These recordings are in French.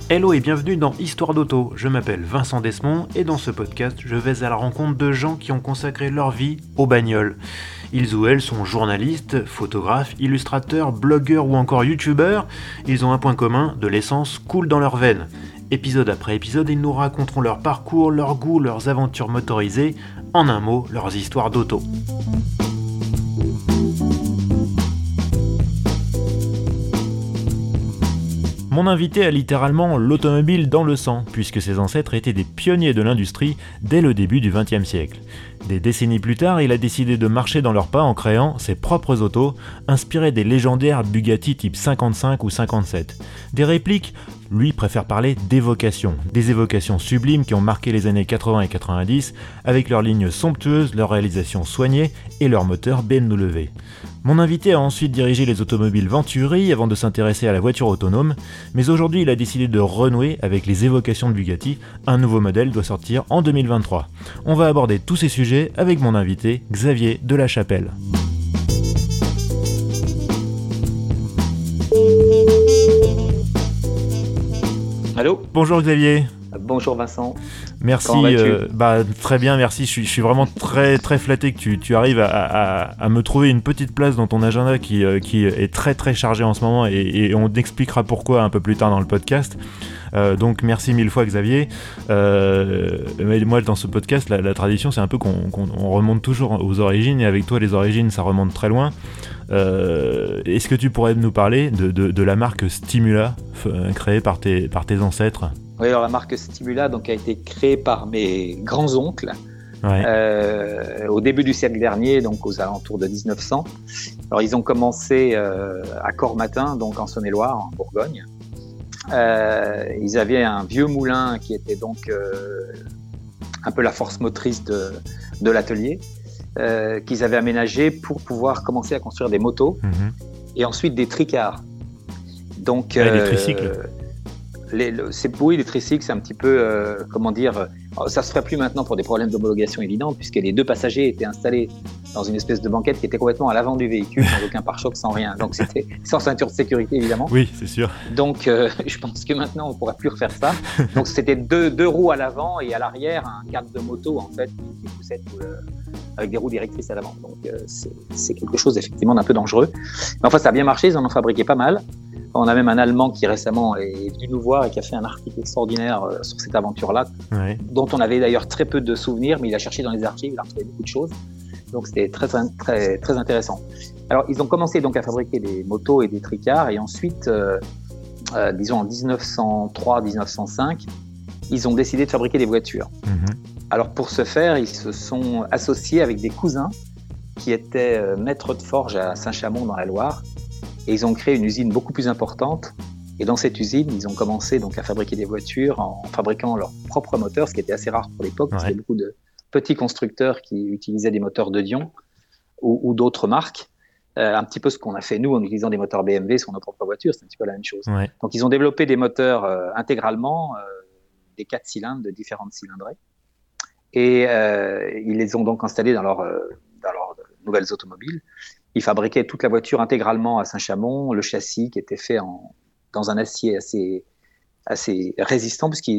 Hello et bienvenue dans Histoire d'auto, je m'appelle Vincent Desmond et dans ce podcast je vais à la rencontre de gens qui ont consacré leur vie aux bagnoles. Ils ou elles sont journalistes, photographes, illustrateurs, blogueurs ou encore youtubeurs. Ils ont un point commun, de l'essence coule dans leurs veines. Épisode après épisode, ils nous raconteront leur parcours, leurs goûts, leurs aventures motorisées, en un mot, leurs histoires d'auto. Mon invité a littéralement l'automobile dans le sang, puisque ses ancêtres étaient des pionniers de l'industrie dès le début du XXe siècle. Des décennies plus tard, il a décidé de marcher dans leurs pas en créant ses propres autos, inspirées des légendaires Bugatti type 55 ou 57. Des répliques, lui préfère parler d'évocations. Des évocations sublimes qui ont marqué les années 80 et 90, avec leurs lignes somptueuses, leur réalisation soignée et leur moteur BMW. Mon invité a ensuite dirigé les automobiles Venturi avant de s'intéresser à la voiture autonome, mais aujourd'hui il a décidé de renouer avec les évocations de Bugatti. Un nouveau modèle doit sortir en 2023. On va aborder tous ces sujets avec mon invité, Xavier Delachapelle. Allô ? Bonjour Xavier. Bonjour Vincent. Merci, très bien, merci. Je suis vraiment très flatté que tu arrives à me trouver une petite place dans ton agenda qui est très chargé en ce moment et on expliquera pourquoi un peu plus tard dans le podcast. Donc merci mille fois Xavier. Mais moi dans ce podcast, la tradition c'est un peu qu'on remonte toujours aux origines et avec toi les origines ça remonte très loin. Est-ce que tu pourrais nous parler de la marque Stimula créée par tes ancêtres ? Oui, alors la marque Stimula donc, a été créée par mes grands-oncles au début du siècle dernier, donc aux alentours de 1900. Alors ils ont commencé à Cormatin, donc en Saône-et-Loire, en Bourgogne. Ils avaient un vieux moulin qui était donc un peu la force motrice de l'atelier, qu'ils avaient aménagé pour pouvoir commencer à construire des motos et ensuite des tricars. Donc, des tricycles. Les tricycles, c'est un petit peu, ça se ferait plus maintenant pour des problèmes d'homologation évidents, puisque les deux passagers étaient installés dans une espèce de banquette qui était complètement à l'avant du véhicule, sans aucun pare-choc, sans rien. Donc c'était sans ceinture de sécurité évidemment. Oui, c'est sûr. Donc je pense que maintenant on ne pourra plus refaire ça. Donc c'était deux roues à l'avant et à l'arrière un cadre de moto en fait qui poussait avec des roues directrices à l'avant. Donc c'est quelque chose effectivement d'un peu dangereux. Mais enfin ça a bien marché, ils en ont fabriqué pas mal. On a même un Allemand qui récemment est venu nous voir et qui a fait un article extraordinaire sur cette aventure-là, dont on avait d'ailleurs très peu de souvenirs, mais il a cherché dans les archives, il a retrouvé beaucoup de choses. Donc c'était très intéressant. Alors ils ont commencé donc à fabriquer des motos et des tricars, et ensuite, disons en 1903-1905, ils ont décidé de fabriquer des voitures. Alors pour ce faire, ils se sont associés avec des cousins qui étaient maîtres de forge à Saint-Chamond dans la Loire. Et ils ont créé une usine beaucoup plus importante. Et dans cette usine, ils ont commencé donc à fabriquer des voitures en fabriquant leurs propres moteurs, ce qui était assez rare pour l'époque, parce qu'il y avait beaucoup de petits constructeurs qui utilisaient des moteurs de Dion ou d'autres marques. Un petit peu ce qu'on a fait nous en utilisant des moteurs BMW sur nos propres voitures, c'est un petit peu la même chose. Donc ils ont développé des moteurs intégralement, des 4 cylindres de différentes cylindrées. Et ils les ont donc installés dans leurs nouvelles automobiles. Ils fabriquaient toute la voiture intégralement à Saint-Chamond, le châssis qui était fait dans un acier assez résistant, parce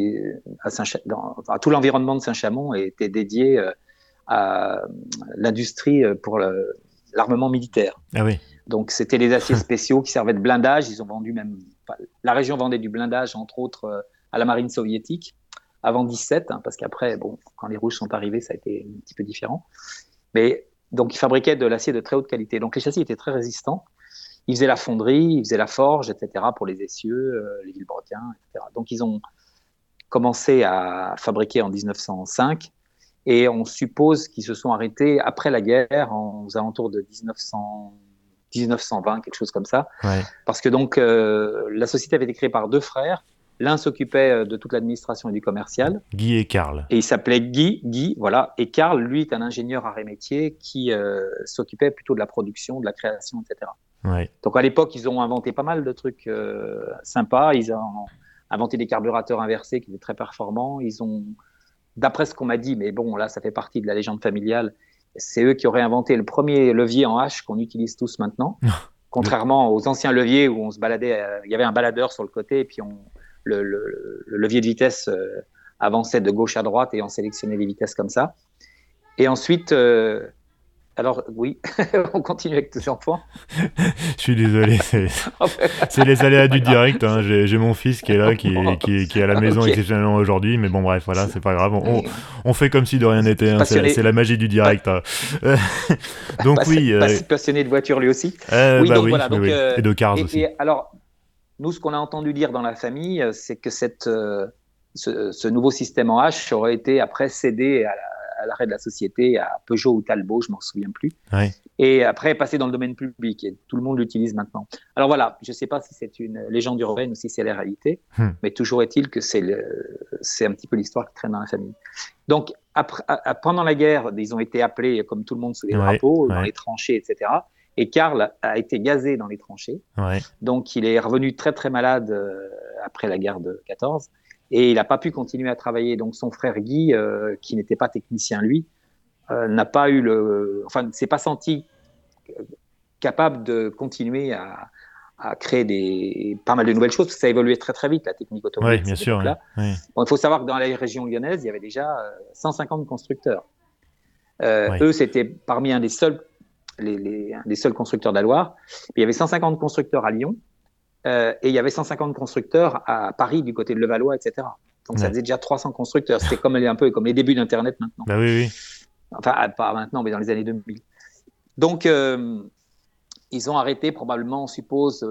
tout l'environnement de Saint-Chamond était dédié à l'industrie pour l'armement militaire. Ah oui. Donc c'était les aciers spéciaux qui servaient de blindage. Ils ont vendu la région vendait du blindage entre autres à la marine soviétique avant 17, parce qu'après quand les Rouges sont arrivés ça a été un petit peu différent. Mais donc, ils fabriquaient de l'acier de très haute qualité. Donc, les châssis étaient très résistants. Ils faisaient la fonderie, ils faisaient la forge, etc., pour les essieux, les vilebrequins, etc. Donc, ils ont commencé à fabriquer en 1905 et on suppose qu'ils se sont arrêtés après la guerre, aux alentours de 1920, quelque chose comme ça. Parce que donc, la société avait été créée par 2 frères. L'un s'occupait de toute l'administration et du commercial. Guy et Karl. Et il s'appelait Guy, voilà. Et Karl, lui, est un ingénieur arts et métiers qui s'occupait plutôt de la production, de la création, etc. Donc à l'époque, ils ont inventé pas mal de trucs sympas. Ils ont inventé des carburateurs inversés qui étaient très performants. Ils ont, d'après ce qu'on m'a dit, mais bon, là, ça fait partie de la légende familiale, c'est eux qui auraient inventé le premier levier en H qu'on utilise tous maintenant. Contrairement aux anciens leviers où on se baladait, il y avait un baladeur sur le côté et puis le levier de vitesse avançait de gauche à droite et on sélectionnait les vitesses comme ça. Et ensuite, alors oui, on continue avec tes enfants. Je suis désolé, c'est les aléas du direct. Hein. J'ai mon fils qui est là, qui est à la maison Ok. exceptionnellement aujourd'hui, mais bon bref, voilà, c'est pas grave. On fait comme si de rien n'était. Hein. Passionné, C'est la magie du direct. Hein. Donc oui, passionné de voiture lui aussi. Oui, bah donc oui, voilà. Donc, oui. Et de cars aussi. et alors, nous, ce qu'on a entendu dire dans la famille, c'est que ce nouveau système en H aurait été après cédé à l'arrêt de la société à Peugeot ou Talbot, je m'en souviens plus. Ouais. Et après passé dans le domaine public et tout le monde l'utilise maintenant. Alors voilà, je ne sais pas si c'est une légende urbaine ou si c'est la réalité, mais toujours est-il que c'est un petit peu l'histoire qui traîne dans la famille. Donc pendant la guerre, ils ont été appelés comme tout le monde sous les drapeaux, dans les tranchées, etc. Et Karl a été gazé dans les tranchées. Ouais. Donc il est revenu très très malade après la guerre de 14 et il n'a pas pu continuer à travailler. Donc son frère Guy, qui n'était pas technicien lui, n'a pas eu ne s'est pas senti capable de continuer à créer pas mal de nouvelles choses, parce que ça évoluait très très vite, la technique automobile. Oui, bien sûr. Ouais. Bon, il faut savoir que dans la région lyonnaise, il y avait déjà 150 constructeurs. Eux, c'était parmi un des seuls constructeurs de la Loire. Il y avait 150 constructeurs à Lyon, et il y avait 150 constructeurs à Paris, du côté de Levallois, etc. Donc ça faisait déjà 300 constructeurs. C'était un peu comme les débuts d'Internet maintenant. Bah oui. Enfin, pas maintenant, mais dans les années 2000. Donc, ils ont arrêté probablement, on suppose,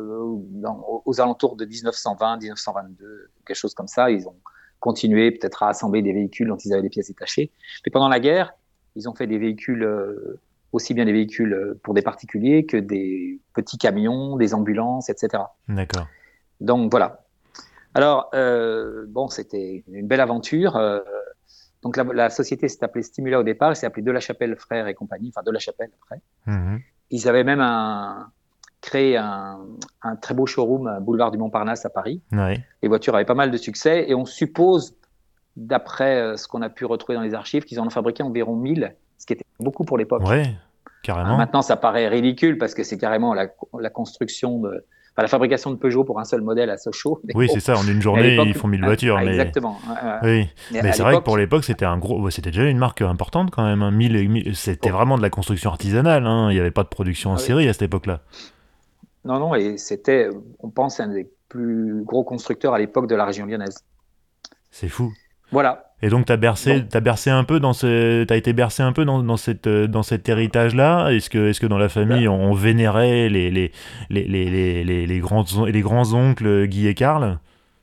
aux alentours de 1920, 1922, quelque chose comme ça. Ils ont continué peut-être à assembler des véhicules dont ils avaient les pièces détachées. Mais pendant la guerre, ils ont fait des véhicules, aussi bien des véhicules pour des particuliers que des petits camions, des ambulances, etc. D'accord. Donc, voilà. Alors, c'était une belle aventure. Donc la société s'est appelée Stimula au départ, elle s'est appelée De la Chapelle Frères et compagnie, enfin De la Chapelle après. Ils avaient même créé un très beau showroom boulevard du Montparnasse à Paris. Ouais. Les voitures avaient pas mal de succès et on suppose, d'après ce qu'on a pu retrouver dans les archives, qu'ils en ont fabriqué environ 1000, ce qui était beaucoup pour l'époque. Ouais, carrément. Maintenant, ça paraît ridicule parce que c'est carrément la construction la fabrication de Peugeot pour un seul modèle à Sochaux. Oui, c'est ça. En une journée, ils font 1000 voitures. Exactement. Oui, mais c'est vrai que pour l'époque, c'était c'était déjà une marque importante quand même. Hein. C'était vraiment de la construction artisanale. Hein. Il n'y avait pas de production en série à cette époque-là. Non, et c'était, on pense, un des plus gros constructeurs à l'époque de la région lyonnaise. C'est fou. Voilà. Et donc t'as bercé un peu t'as été bercé un peu dans cet héritage-là. Est-ce que dans la famille on vénérait les grands oncles Guy et Karl?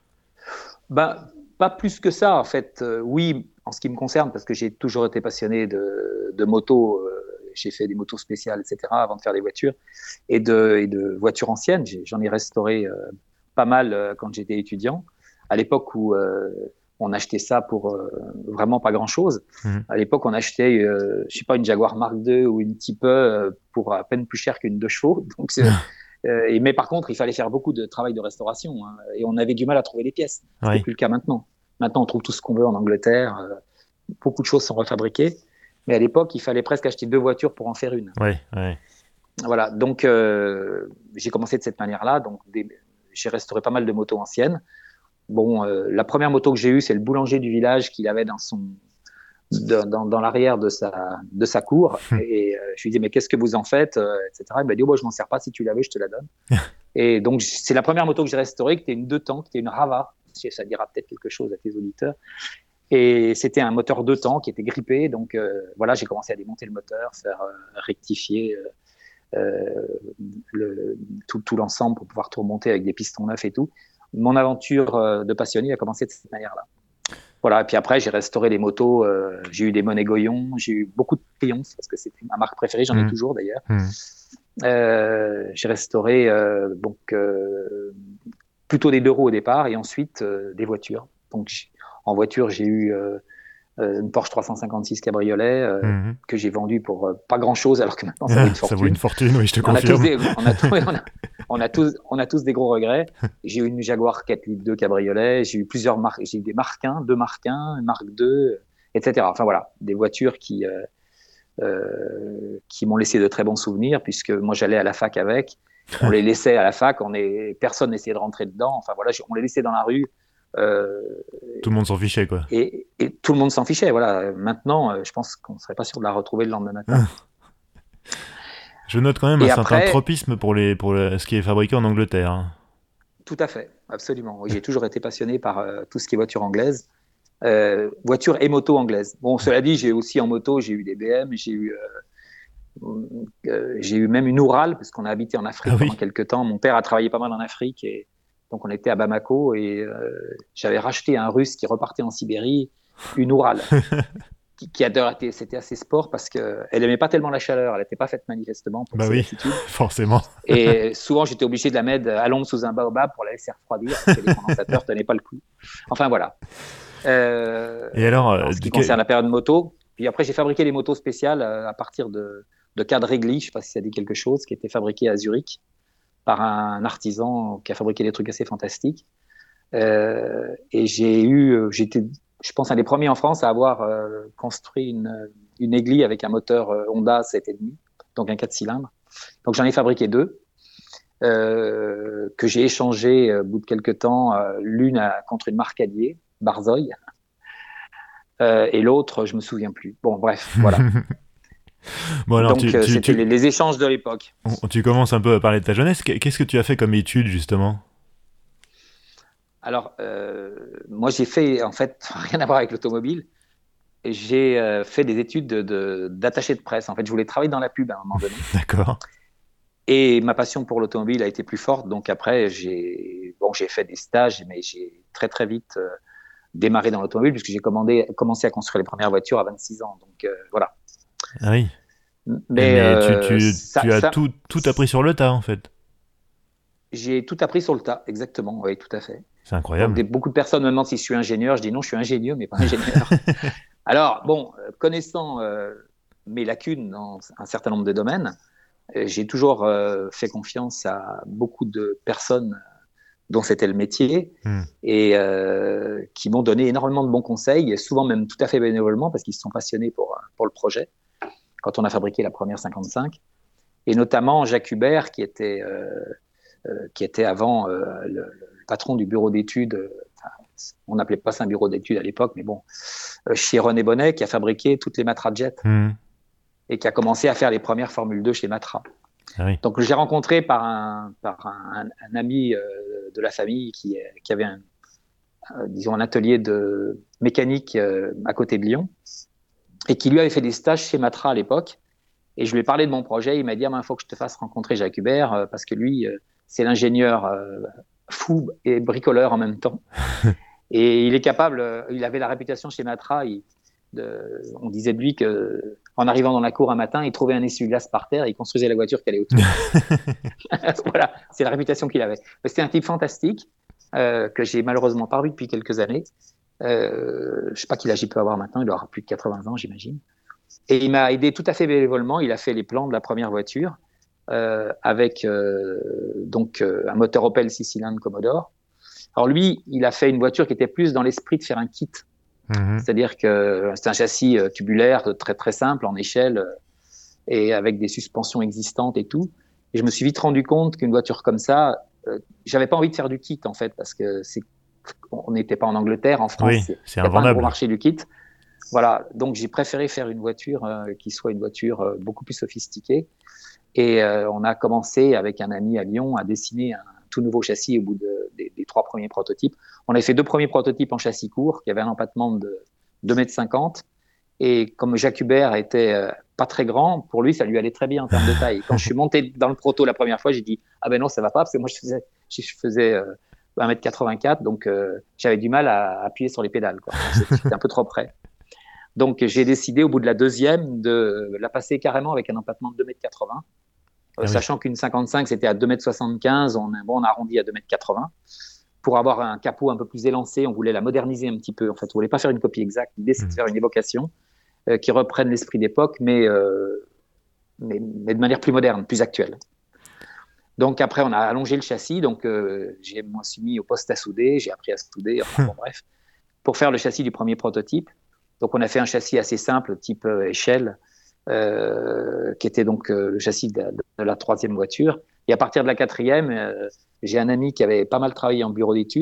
Pas plus que ça en fait. Oui, en ce qui me concerne, parce que j'ai toujours été passionné de motos. J'ai fait des motos spéciales, etc. avant de faire des voitures et de voitures anciennes. J'en ai restauré pas mal quand j'étais étudiant. À l'époque où on achetait ça pour vraiment pas grand-chose. À l'époque, on achetait, je sais pas, une Jaguar Mark II ou une Type pour à peine plus cher qu'une 2 chevaux. Donc, mais par contre, il fallait faire beaucoup de travail de restauration et on avait du mal à trouver les pièces. C'est plus le cas maintenant. Maintenant, on trouve tout ce qu'on veut en Angleterre. Beaucoup de choses sont refabriquées. Mais à l'époque, il fallait presque acheter 2 voitures pour en faire une. Ouais. Voilà. Donc, j'ai commencé de cette manière-là. Donc, j'ai restauré pas mal de motos anciennes. Bon, la première moto que j'ai eue, c'est le boulanger du village qu'il avait dans l'arrière de sa cour. Et je lui dis, mais qu'est-ce que vous en faites, etc. Il m'a dit, je m'en sers pas, si tu l'avais, je te la donne. Et donc, c'est la première moto que j'ai restaurée, qui était une 2 temps, qui était une Rava. Ça dira peut-être quelque chose à tes auditeurs. Et c'était un moteur 2 temps qui était grippé. Donc, voilà, j'ai commencé à démonter le moteur, faire rectifier tout l'ensemble pour pouvoir tout remonter avec des pistons neufs et tout. Mon aventure de passionné a commencé de cette manière-là. Voilà, et puis après, j'ai restauré les motos. J'ai eu des Monet Goyon, j'ai eu beaucoup de Triumph, parce que c'est ma marque préférée, j'en ai toujours d'ailleurs. J'ai restauré plutôt des 2 roues au départ, et ensuite des voitures. Donc, en voiture, j'ai eu une Porsche 356 cabriolet que j'ai vendue pour pas grand-chose, alors que maintenant, ça vaut une fortune. Ça vaut une fortune, oui, je te confirme. On a tous des gros regrets. J'ai eu une Jaguar 4 litres 2 cabriolet, j'ai eu plusieurs marques, j'ai eu des Mark 1, 2 Mark 1, une Mark 2, etc. Enfin voilà, des voitures qui m'ont laissé de très bons souvenirs, puisque moi j'allais à la fac avec, on les laissait à la fac, personne n'essayait de rentrer dedans, enfin voilà, on les laissait dans la rue, Euh, Tout le monde s'en fichait, quoi. et tout le monde s'en fichait. Voilà. Maintenant, je pense qu'on ne serait pas sûr de la retrouver le lendemain matin. Je note quand même un Et certain après, tropisme pour ce qui est fabriqué en Angleterre, hein. tout à fait, absolument. Oui, j'ai toujours été passionné par tout ce qui est voiture anglaise, voiture et moto anglaise. Bon, cela dit, j'ai aussi en moto, j'ai eu des BM, j'ai eu même une Oural, parce qu'on a habité en Ah Afrique pendant oui. quelques temps. Mon père a travaillé pas mal en Afrique, et donc on était à Bamako, et j'avais racheté à un Russe qui repartait en Sibérie une Oural, qui a été, c'était assez sport parce qu'elle aimait pas tellement la chaleur, elle n'était pas faite manifestement pour Bah ces oui, latitudes. forcément. Et souvent, j'étais obligé de la mettre à l'ombre sous un baobab pour la laisser refroidir parce que les condensateurs tenaient pas le coup. Enfin, voilà. Et alors, En ce qui concerne la période moto. Puis après, j'ai fabriqué des motos spéciales à partir de cadres Regli, je ne sais pas si ça dit quelque chose, qui étaient fabriqués à Zurich par un artisan qui a fabriqué des trucs assez fantastiques. Et j'étais, je pense, un des premiers en France à avoir construit une Egli avec un moteur Honda 7,5, donc un 4 cylindres. Donc j'en ai fabriqué deux. Que j'ai échangé au bout de quelques temps, contre une Marcadier, Barzoï, et l'autre, je me souviens plus. Bon, bref, voilà. bon alors, Donc, c'était les échanges de l'époque. tu commences un peu à parler de ta jeunesse. Qu'est-ce que tu as fait comme étude, justement? Alors, moi, j'ai fait, en fait, rien à voir avec l'automobile. J'ai fait des études d'attaché de presse. En fait, je voulais travailler dans la pub à un moment donné. D'accord. Et ma passion pour l'automobile a été plus forte. Donc, après, j'ai fait des stages, mais j'ai très, très vite démarré dans l'automobile puisque j'ai commencé à construire les premières voitures à 26 ans. Donc, voilà. Ah oui. Mais Mais tu as tout appris sur le tas, en fait. j'ai tout appris sur le tas, exactement. Oui, tout à fait. C'est Donc, incroyable. beaucoup de personnes me demandent si je suis ingénieur. Je dis non, je suis ingénieur, mais pas ingénieur. Alors, bon, connaissant mes lacunes dans un certain nombre de domaines, j'ai toujours fait confiance à beaucoup de personnes dont c'était le métier Hmm. et qui m'ont donné énormément de bons conseils, et souvent même tout à fait bénévolement parce qu'ils se sont passionnés pour le projet quand on a fabriqué la première 55. Et notamment Jacques Hubert, qui était avant le patron du bureau d'études. On n'appelait pas ça un bureau d'études à l'époque, mais bon, chez René Bonnet, qui a fabriqué toutes les Matra Jet Hmm. et qui a commencé à faire les premières Formule 2 chez Matra. Ah oui. Donc, j'ai rencontré par un ami de la famille qui avait disons, un atelier de mécanique à côté de Lyon et qui lui avait fait des stages chez Matra à l'époque. Et je lui ai parlé de mon projet. Il m'a dit, il faut que je te fasse rencontrer Jacques Hubert parce que lui, c'est l'ingénieur fou et bricoleur en même temps. Et il est capable, il avait la réputation chez Matra, on disait de lui que en arrivant dans la cour un matin, il trouvait un essuie-glace par terre et il construisait la voiture qui allait autour. Voilà, c'est la réputation qu'il avait. C'était un type fantastique que j'ai malheureusement pas revu depuis quelques années. Je sais pas quel âge il peut avoir maintenant, il doit avoir plus de 80 ans, j'imagine. Et il m'a aidé tout à fait bénévolement. Il a fait les plans de la première voiture avec un moteur Opel 6 cylindres Commodore. Alors lui, il a fait une voiture qui était plus dans l'esprit de faire un kit. Mhm. C'est-à-dire que c'est un châssis tubulaire très très simple en échelle et avec des suspensions existantes et tout. Et je me suis vite rendu compte qu'une voiture comme ça, j'avais pas envie de faire du kit en fait parce que on n'était pas en Angleterre, en Oui, France, il c'est n'y a pas un gros invendable. marché du kit. Voilà, donc j'ai préféré faire une voiture qui soit une voiture beaucoup plus sophistiquée. Et on a commencé avec un ami à Lyon à dessiner un tout nouveau châssis au bout des 3 premiers prototypes. On a fait 2 premiers prototypes en châssis court qui avait un empattement de 2,50 m. Et comme Jacques Hubert était pas très grand, pour lui, ça lui allait très bien en termes de taille. Quand je suis monté dans le proto la première fois, j'ai dit ah ben non, ça va pas parce que moi je faisais 1,84 m, donc j'avais du mal à appuyer sur les pédales, quoi. J'étais un peu trop près. Donc j'ai décidé au bout de la deuxième de la passer carrément avec un empattement de 2,80 m. Ah oui. Sachant qu'une 55 c'était à 2,75 m, on arrondit à 2,80 m. Pour avoir un capot un peu plus élancé, on voulait la moderniser un petit peu. En fait, on voulait pas faire une copie exacte. L'idée, c'est de faire une évocation qui reprenne l'esprit d'époque, mais de manière plus moderne, plus actuelle. Donc après, on a allongé le châssis. Donc je me suis mis au poste à souder, j'ai appris à souder, enfin bon, bref, pour faire le châssis du premier prototype. Donc on a fait un châssis assez simple, type échelle, qui était donc le châssis de la troisième voiture. Et à partir de la quatrième, j'ai un ami qui avait pas mal travaillé en bureau d'études,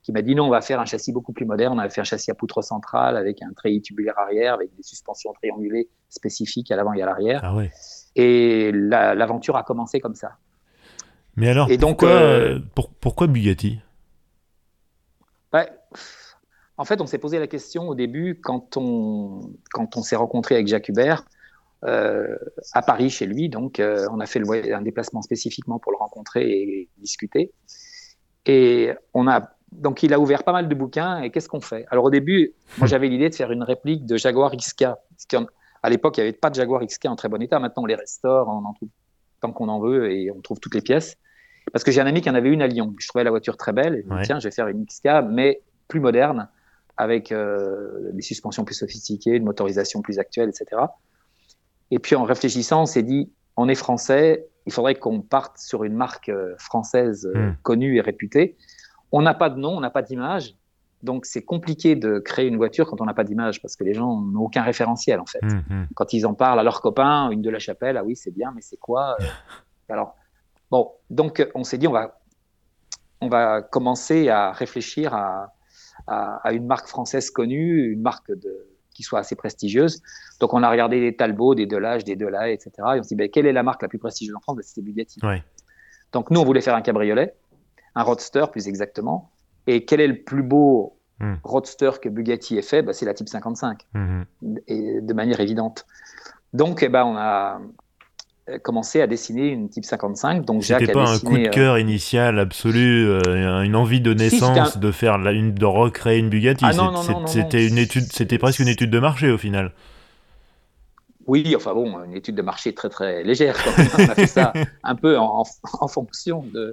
qui m'a dit non, on va faire un châssis beaucoup plus moderne. On avait fait un châssis à poutre centrale avec un treillis tubulaire arrière, avec des suspensions triangulées spécifiques à l'avant et à l'arrière. Ah ouais. Et l'aventure a commencé comme ça. Mais alors, Et donc, pourquoi Bugatti? ouais, en fait, on s'est posé la question au début quand on s'est rencontré avec Jacques Hubert à Paris chez lui. Donc, on a fait un déplacement spécifiquement pour le rencontrer et discuter. Et donc, il a ouvert pas mal de bouquins. Et qu'est-ce qu'on fait? Alors, au début, moi, j'avais l'idée de faire une réplique de Jaguar XK. À l'époque, il n'y avait pas de Jaguar XK en très bon état. Maintenant, on les restaure, on en trouve tant qu'on en veut et on trouve toutes les pièces. Parce que j'ai un ami qui en avait une à Lyon. Je trouvais la voiture très belle. Et je me dis, tiens, je vais faire une XK, mais plus moderne, avec des suspensions plus sophistiquées, une motorisation plus actuelle, etc. Et puis, en réfléchissant, on s'est dit, on est français, il faudrait qu'on parte sur une marque française connue et réputée. On n'a pas de nom, on n'a pas d'image. Donc, c'est compliqué de créer une voiture quand on n'a pas d'image parce que les gens n'ont aucun référentiel, en fait. Quand ils en parlent à leurs copains, une de la Chapelle, ah oui, c'est bien, mais c'est quoi Alors, bon, donc, on s'est dit, on va commencer à réfléchir à une marque française connue, une marque qui soit assez prestigieuse. Donc, on a regardé des Talbot, des Delage, des Delahaye, etc. Et on s'est dit, quelle est la marque la plus prestigieuse en France? C'était Bugatti. Ouais. Donc, nous, on voulait faire un cabriolet, un roadster plus exactement. Et quel est le plus beau roadster que Bugatti ait fait? C'est la Type 55, et de manière évidente. Donc, on a commencé à dessiner une Type 55. Donc, C'était Jacques pas a un dessiné, coup de cœur initial absolu, une envie de naissance si, de recréer une Bugatti. Ah non. C'était une étude, c'était presque une étude de marché au final. Oui, enfin bon, une étude de marché très très légère. On a fait ça un peu en fonction de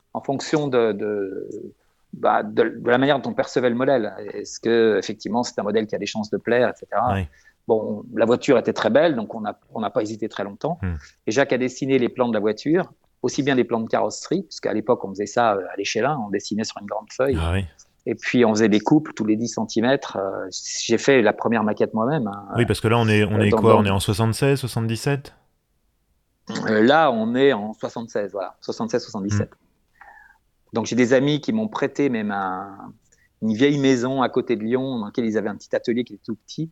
la manière dont on percevait le modèle. Est-ce que effectivement c'est un modèle qui a des chances de plaire, etc. Ouais. Bon, la voiture était très belle, donc on n'a pas hésité très longtemps. Et Jacques a dessiné les plans de la voiture, aussi bien des plans de carrosserie, puisqu'à l'époque on faisait ça à l'échelle 1, on dessinait sur une grande feuille. Ah oui. Et puis, on faisait des couples tous les 10 cm. J'ai fait la première maquette moi-même. Oui, parce que là, on est quoi? On est en 76, 77? Là, on est en 76, voilà. 76-77. Donc, j'ai des amis qui m'ont prêté même une vieille maison à côté de Lyon dans laquelle ils avaient un petit atelier qui était tout petit.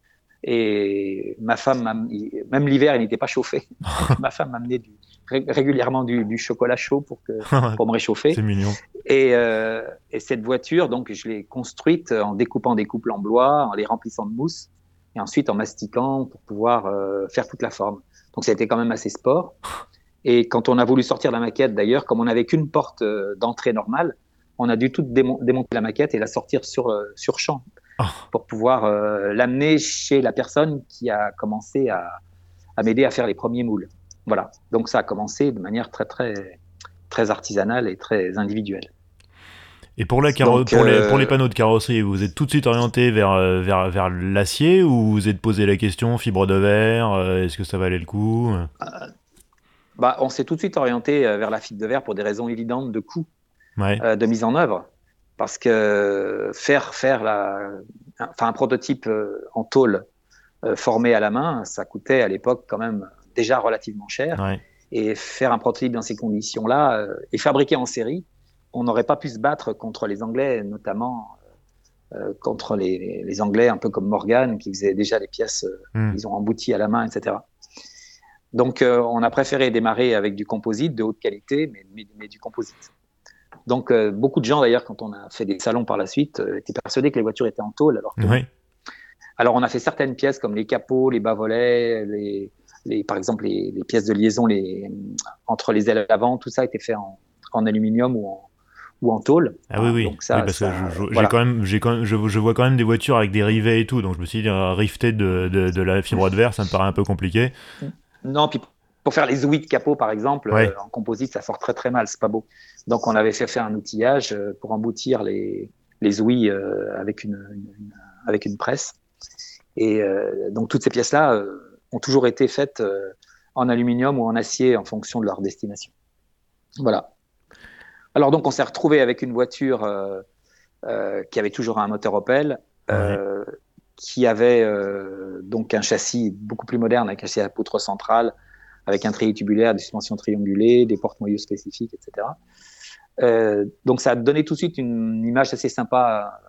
Et ma femme, même l'hiver, il n'était pas chauffé. Ma femme m'amenait régulièrement du chocolat chaud pour me réchauffer. C'est mignon. Et cette voiture, donc, je l'ai construite en découpant des couples en bois, en les remplissant de mousse, et ensuite en mastiquant pour pouvoir faire toute la forme. Donc, ça a été quand même assez sport. Et quand on a voulu sortir la maquette, d'ailleurs, comme on n'avait qu'une porte d'entrée normale, on a dû tout démonter la maquette et la sortir sur champ pour pouvoir l'amener chez la personne qui a commencé à m'aider à faire les premiers moules. Voilà. Donc, ça a commencé de manière très, très, très artisanale et très individuelle. Et pour les panneaux de carrosserie, vous êtes tout de suite orienté vers l'acier ou vous vous êtes posé la question fibre de verre, est-ce que ça valait le coup? On s'est tout de suite orienté vers la fibre de verre pour des raisons évidentes de coût, de mise en œuvre. Parce que faire un prototype en tôle formé à la main, ça coûtait à l'époque quand même déjà relativement cher. Ouais. Et faire un prototype dans ces conditions-là et fabriquer en série, on n'aurait pas pu se battre contre les Anglais, notamment contre les Anglais un peu comme Morgan, qui faisaient déjà des pièces, ils ont embouti à la main, etc. Donc, on a préféré démarrer avec du composite de haute qualité, mais du composite. Donc, beaucoup de gens, d'ailleurs, quand on a fait des salons par la suite, étaient persuadés que les voitures étaient en tôle. Alors, on a fait certaines pièces comme les capots, les bas-volets, par exemple, les pièces de liaison entre les ailes avant, tout ça a été fait en aluminium ou en tôle. Ah oui. Donc ça, parce que je vois quand même des voitures avec des rivets et tout, donc je me suis dit, rifter de la fibre de verre, ça me paraît un peu compliqué. Non, puis pour faire les ouïes de capot, par exemple, en composite, ça sort très très mal, c'est pas beau. Donc on avait fait faire un outillage pour emboutir les ouïes avec une presse. Et donc toutes ces pièces-là ont toujours été faites en aluminium ou en acier en fonction de leur destination. Voilà. Alors donc on s'est retrouvé avec une voiture qui avait toujours un moteur Opel, qui avait donc un châssis beaucoup plus moderne, avec un châssis à poutre centrale, avec un treillis tubulaire, des suspensions triangulées, des porte-moyeux spécifiques, etc. Donc ça a donné tout de suite une image assez sympa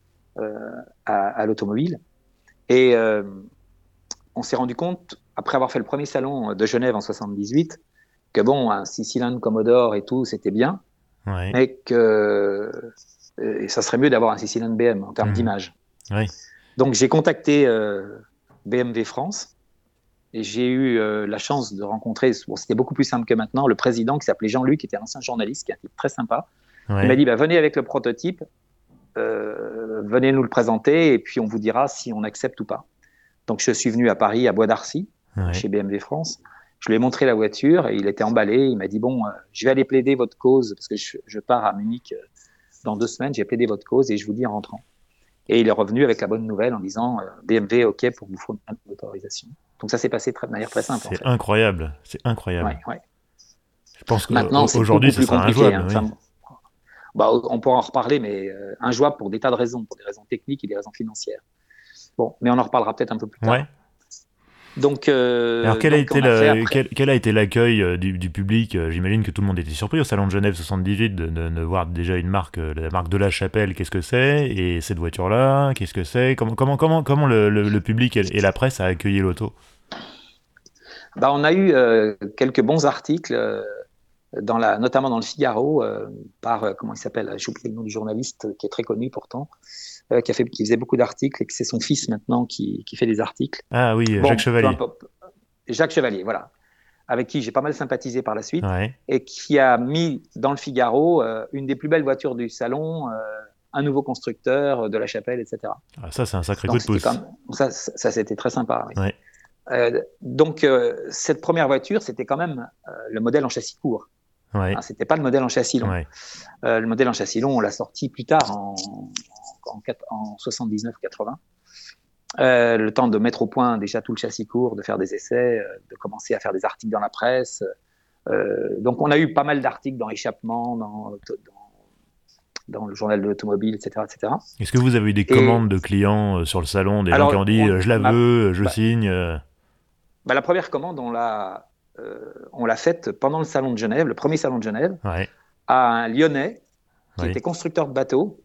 à l'automobile. Et on s'est rendu compte, après avoir fait le premier salon de Genève en 78, que bon, un 6 cylindres Commodore et tout, c'était bien, Ouais. mais que ça serait mieux d'avoir un 6 cylindres BM en termes d'image. Oui. Donc j'ai contacté BMW France et j'ai eu la chance de rencontrer, bon, c'était beaucoup plus simple que maintenant, le président qui s'appelait Jean-Luc, qui était un ancien journaliste, qui est un type très sympa. Il m'a Ouais. dit, bah, venez avec le prototype, venez nous le présenter et puis on vous dira si on accepte ou pas. Donc je suis venu à Paris, à Bois d'Arcy, Ouais. chez BMW France. Je lui ai montré la voiture et il était emballé. Il m'a dit, bon, je vais aller plaider votre cause parce que je pars à Munich dans 2 semaines. J'ai plaidé votre cause et je vous dis en rentrant. Et il est revenu avec la bonne nouvelle en disant, BMW, OK pour vous fournir une autorisation. Donc ça s'est passé de manière très simple en C'est fait. incroyable. C'est Ouais, incroyable. ouais. Je pense Maintenant, c'est qu'aujourd'hui, beaucoup ce plus sera compliqué. injouable, Hein. oui. Enfin, bah, on pourra en reparler, mais injouable pour des tas de raisons, pour des raisons techniques et des raisons financières. Bon, mais on en reparlera peut-être un peu plus Ouais. tard. Donc, Alors, on a fait après. quel a été l'accueil du public? J'imagine que tout le monde était surpris au Salon de Genève 78 de voir déjà une marque, la marque de la Chapelle, qu'est-ce que c'est? Et cette voiture-là, qu'est-ce que c'est? Comment le public et la presse a accueilli l'auto? Bah, on a eu quelques bons articles, notamment dans le Figaro, par, comment il s'appelle, j'ai oublié le nom du journaliste qui est très connu pourtant, qui faisait beaucoup d'articles et que c'est son fils maintenant qui fait des articles. Ah oui, Jacques Bon, peu Chevalier. importe. Jacques Chevalier, voilà, avec qui j'ai pas mal sympathisé par la suite Ouais. et qui a mis dans le Figaro une des plus belles voitures du salon, un nouveau constructeur de la Chapelle, etc. Ah, ça, c'est un sacré coup Donc de c'était quand pouce. même, ça c'était très sympa. Oui. Ouais. Donc cette première voiture, c'était quand même le modèle en châssis court. Ouais. Hein, c'était pas le modèle en châssis long. Ouais. Le modèle en châssis long, on l'a sorti plus tard en 79-80. Le temps de mettre au point déjà tout le châssis court, de faire des essais, de commencer à faire des articles dans la presse. Donc on a eu pas mal d'articles dans Échappement, dans le journal de l'automobile, etc., etc. Est-ce que vous avez eu des Et commandes de clients sur le salon, des gens qui ont alors, dit je la veux, je bah, signe la première commande, on l'a faite pendant le salon de Genève, le premier salon de Genève, Ouais. à un Lyonnais qui Oui. était constructeur de bateaux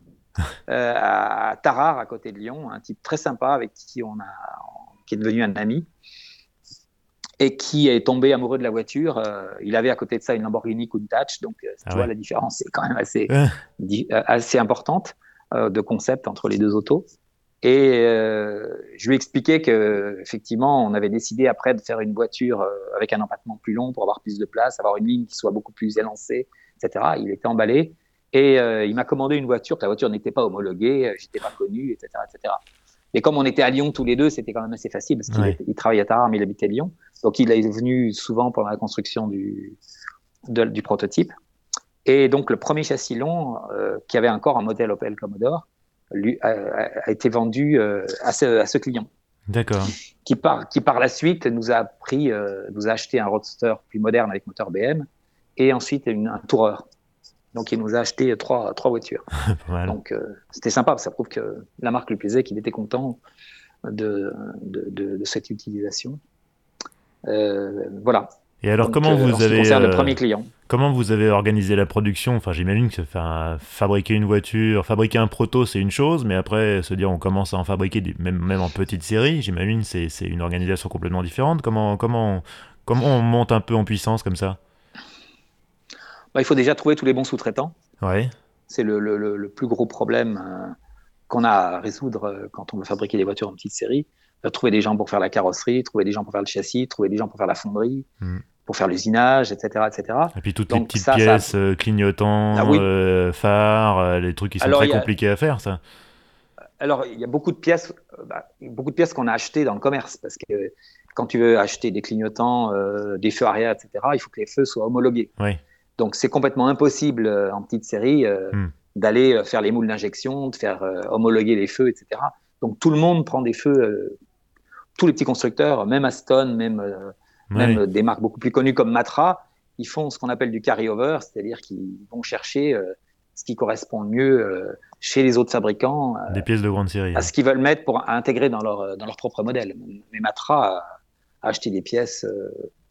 à Tarare, à côté de Lyon, un type très sympa avec qui qui est devenu un ami et qui est tombé amoureux de la voiture. Il avait à côté de ça une Lamborghini Countach, donc Ah tu vois ouais. la différence est quand même Euh, assez importante de concept entre les deux autos. Et je lui ai expliqué que effectivement, on avait décidé après de faire une voiture avec un empattement plus long pour avoir plus de place, avoir une ligne qui soit beaucoup plus élancée, etc. Il était emballé et il m'a commandé une voiture que la voiture n'était pas homologuée, j'étais pas connu, etc., etc. Et comme on était à Lyon tous les deux, c'était quand même assez facile parce ouais. il travaillait à Tarare mais il habitait Lyon, donc il est venu souvent pendant la construction du prototype. Et donc le premier châssis long qui avait encore un modèle Opel Commodore a été vendu à ce client D'accord. qui par la suite nous a acheté un Roadster plus moderne avec moteur BM et ensuite un Tourer. Donc il nous a acheté trois voitures. Pas mal. Donc c'était sympa, ça prouve que la marque lui plaisait, qu'il était content de cette utilisation. Voilà. Et alors, Donc en ce qui concerne le premier client. comment vous avez organisé la production? Enfin, j'imagine que fabriquer une voiture, fabriquer un proto, c'est une chose, mais après, se dire on commence à en fabriquer même en petite série, j'imagine c'est une organisation complètement différente. Comment on monte un peu en puissance comme ça? Bah, il faut déjà trouver tous les bons sous-traitants. Ouais. C'est le plus gros problème qu'on a à résoudre quand on veut fabriquer des voitures en petite série. Trouver des gens pour faire la carrosserie, trouver des gens pour faire le châssis, trouver des gens pour faire la fonderie, Hmm. pour faire l'usinage, etc., etc. Et puis toutes les Donc petites pièces, ah clignotants, oui. phares, les trucs qui sont Alors très compliqués à faire, ça. il y a beaucoup de pièces qu'on a achetées dans le commerce parce que quand tu veux acheter des clignotants, des feux arrière, etc., il faut que les feux soient homologués. Ouais. Donc c'est complètement impossible en petite série Hmm. d'aller faire les moules d'injection, de faire homologuer les feux, etc. Donc tout le monde prend des feux, tous les petits constructeurs, même Aston, Ouais. même des marques beaucoup plus connues comme Matra, ils font ce qu'on appelle du carry-over, c'est-à-dire qu'ils vont chercher ce qui correspond le mieux chez les autres fabricants Des pièces de grande série. à Ouais. ce qu'ils veulent mettre pour intégrer dans leur propre modèle. Mais Matra a acheté des pièces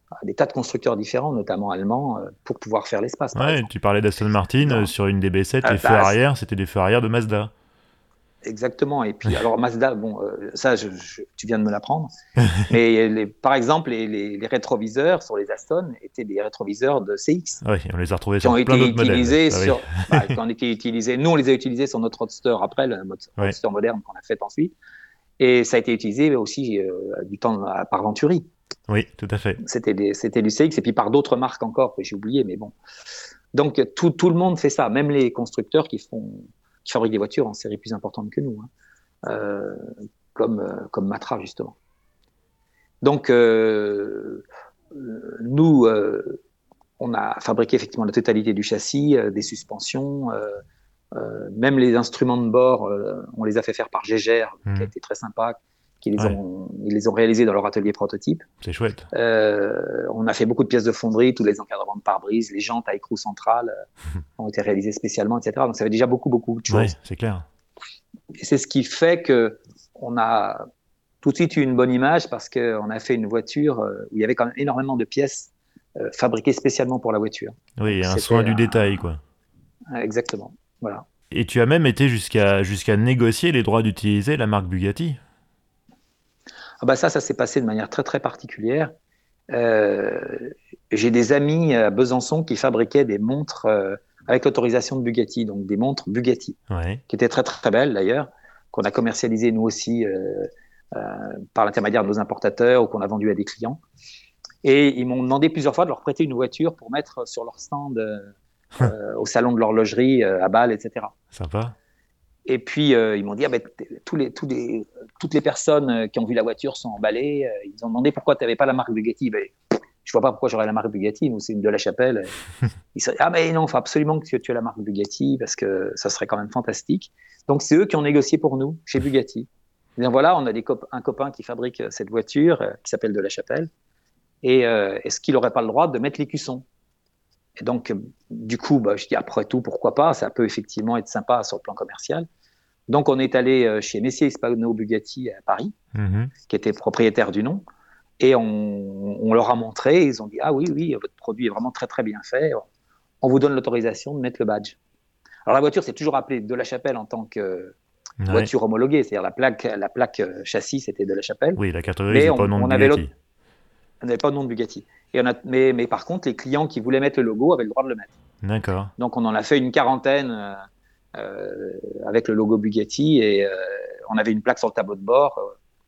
des tas de constructeurs différents, notamment allemands, pour pouvoir faire l'espace, par Ouais, exemple. tu parlais d'Aston Martin, Non. sur une DB7, les feux Bah, arrière, c'était des feux arrière de Mazda. exactement. Et puis, alors Mazda, bon, ça, tu viens de me l'apprendre. Mais par exemple, les rétroviseurs sur les Aston étaient des rétroviseurs de CX Oui, on les a retrouvés qui ont sur plein été d'autres modèles. utilisés Ça, oui. qui ont été utilisés. Nous, on les a utilisés sur notre Roadster après, le Ouais. Roadster moderne qu'on a fait ensuite. Et ça a été utilisé aussi du temps par Venturi. Oui, tout à fait. C'était du CX et puis par d'autres marques encore que j'ai oublié, mais bon. Donc tout le monde fait ça, même les constructeurs qui fabriquent des voitures en série plus importante que nous, hein, comme Matra justement. Donc nous, on a fabriqué effectivement la totalité du châssis, des suspensions, même les instruments de bord, on les a fait faire par Gégère, qui a été très sympa, ils les ont réalisés dans leur atelier prototype. C'est chouette. On a fait beaucoup de pièces de fonderie, tous les encadrements de pare-brise, les jantes à écrou central ont été réalisées spécialement, etc. Donc ça fait déjà beaucoup de choses. Ouais, c'est clair. Et c'est ce qui fait que on a tout de suite eu une bonne image parce qu'on a fait une voiture où il y avait quand même énormément de pièces fabriquées spécialement pour la voiture. Oui, un soin du détail, quoi. Exactement. Voilà. Et tu as même été jusqu'à négocier les droits d'utiliser la marque Bugatti. Ah bah ça s'est passé de manière très très particulière. J'ai des amis à Besançon qui fabriquaient des montres avec l'autorisation de Bugatti, donc des montres Bugatti, qui étaient très très belles d'ailleurs, qu'on a commercialisées nous aussi par l'intermédiaire de nos importateurs ou qu'on a vendues à des clients. Et ils m'ont demandé plusieurs fois de leur prêter une voiture pour mettre sur leur stand au salon de l'horlogerie à Bâle, etc. Sympa. Et puis ils m'ont dit toutes les personnes qui ont vu la voiture sont emballées. Ils ont demandé pourquoi tu n'avais pas la marque Bugatti. Ben, je vois pas pourquoi j'aurais la marque Bugatti. Nous, c'est une de la Chapelle. Ils se disent, ah mais non, il faut absolument que tu aies la marque Bugatti parce que ça serait quand même fantastique. Donc c'est eux qui ont négocié pour nous chez Bugatti. Ils disent, voilà, on a un copain qui fabrique cette voiture qui s'appelle de la Chapelle. Et est-ce qu'il n'aurait pas le droit de mettre l'écusson? Et donc, du coup, je dis après tout, pourquoi pas? Ça peut effectivement être sympa sur le plan commercial. Donc, on est allé chez Messier Hispano Bugatti à Paris, qui était propriétaire du nom, et on leur a montré. Ils ont dit ah oui, votre produit est vraiment très très bien fait. On vous donne l'autorisation de mettre le badge. Alors la voiture, c'est toujours appelée de la Chapelle en tant que voiture homologuée, c'est-à-dire la plaque châssis, c'était de la Chapelle. Oui, la carrosserie, c'est pas le nom de Bugatti. On n'avait pas le nom de Bugatti. Mais par contre, les clients qui voulaient mettre le logo avaient le droit de le mettre. D'accord. Donc, on en a fait une quarantaine avec le logo Bugatti et on avait une plaque sur le tableau de bord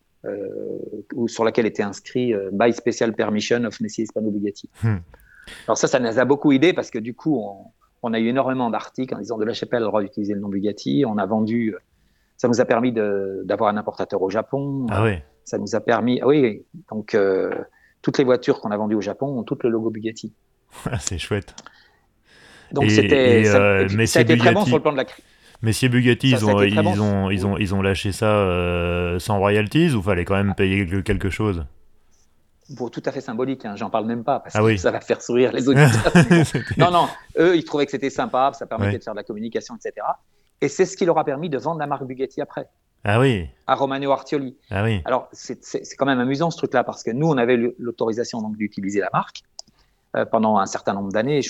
sur laquelle était inscrit By Special Permission of Messier Hispano Bugatti. Alors ça nous a beaucoup aidé parce que du coup, on a eu énormément d'articles en disant de la Chapelle a le droit d'utiliser le nom Bugatti. On a vendu, ça nous a permis d'avoir un importateur au Japon. Ah oui. Ça nous a permis, oui. Donc toutes les voitures qu'on a vendues au Japon ont toutes le logo Bugatti. C'est chouette. Donc ça a été très bon sur le plan de la crise. Messier Bugatti, ils ont lâché ça sans royalties ou fallait quand même payer quelque chose? Bon, tout à fait symbolique, hein, j'en parle même pas parce que oui. ça va faire sourire les auditeurs. Non, eux, ils trouvaient que c'était sympa, ça permettait de faire de la communication, etc. Et c'est ce qui leur a permis de vendre la marque Bugatti après. Ah oui. À Romano Artioli. Ah oui. Alors, c'est quand même amusant ce truc-là parce que nous, on avait l'autorisation donc d'utiliser la marque pendant un certain nombre d'années.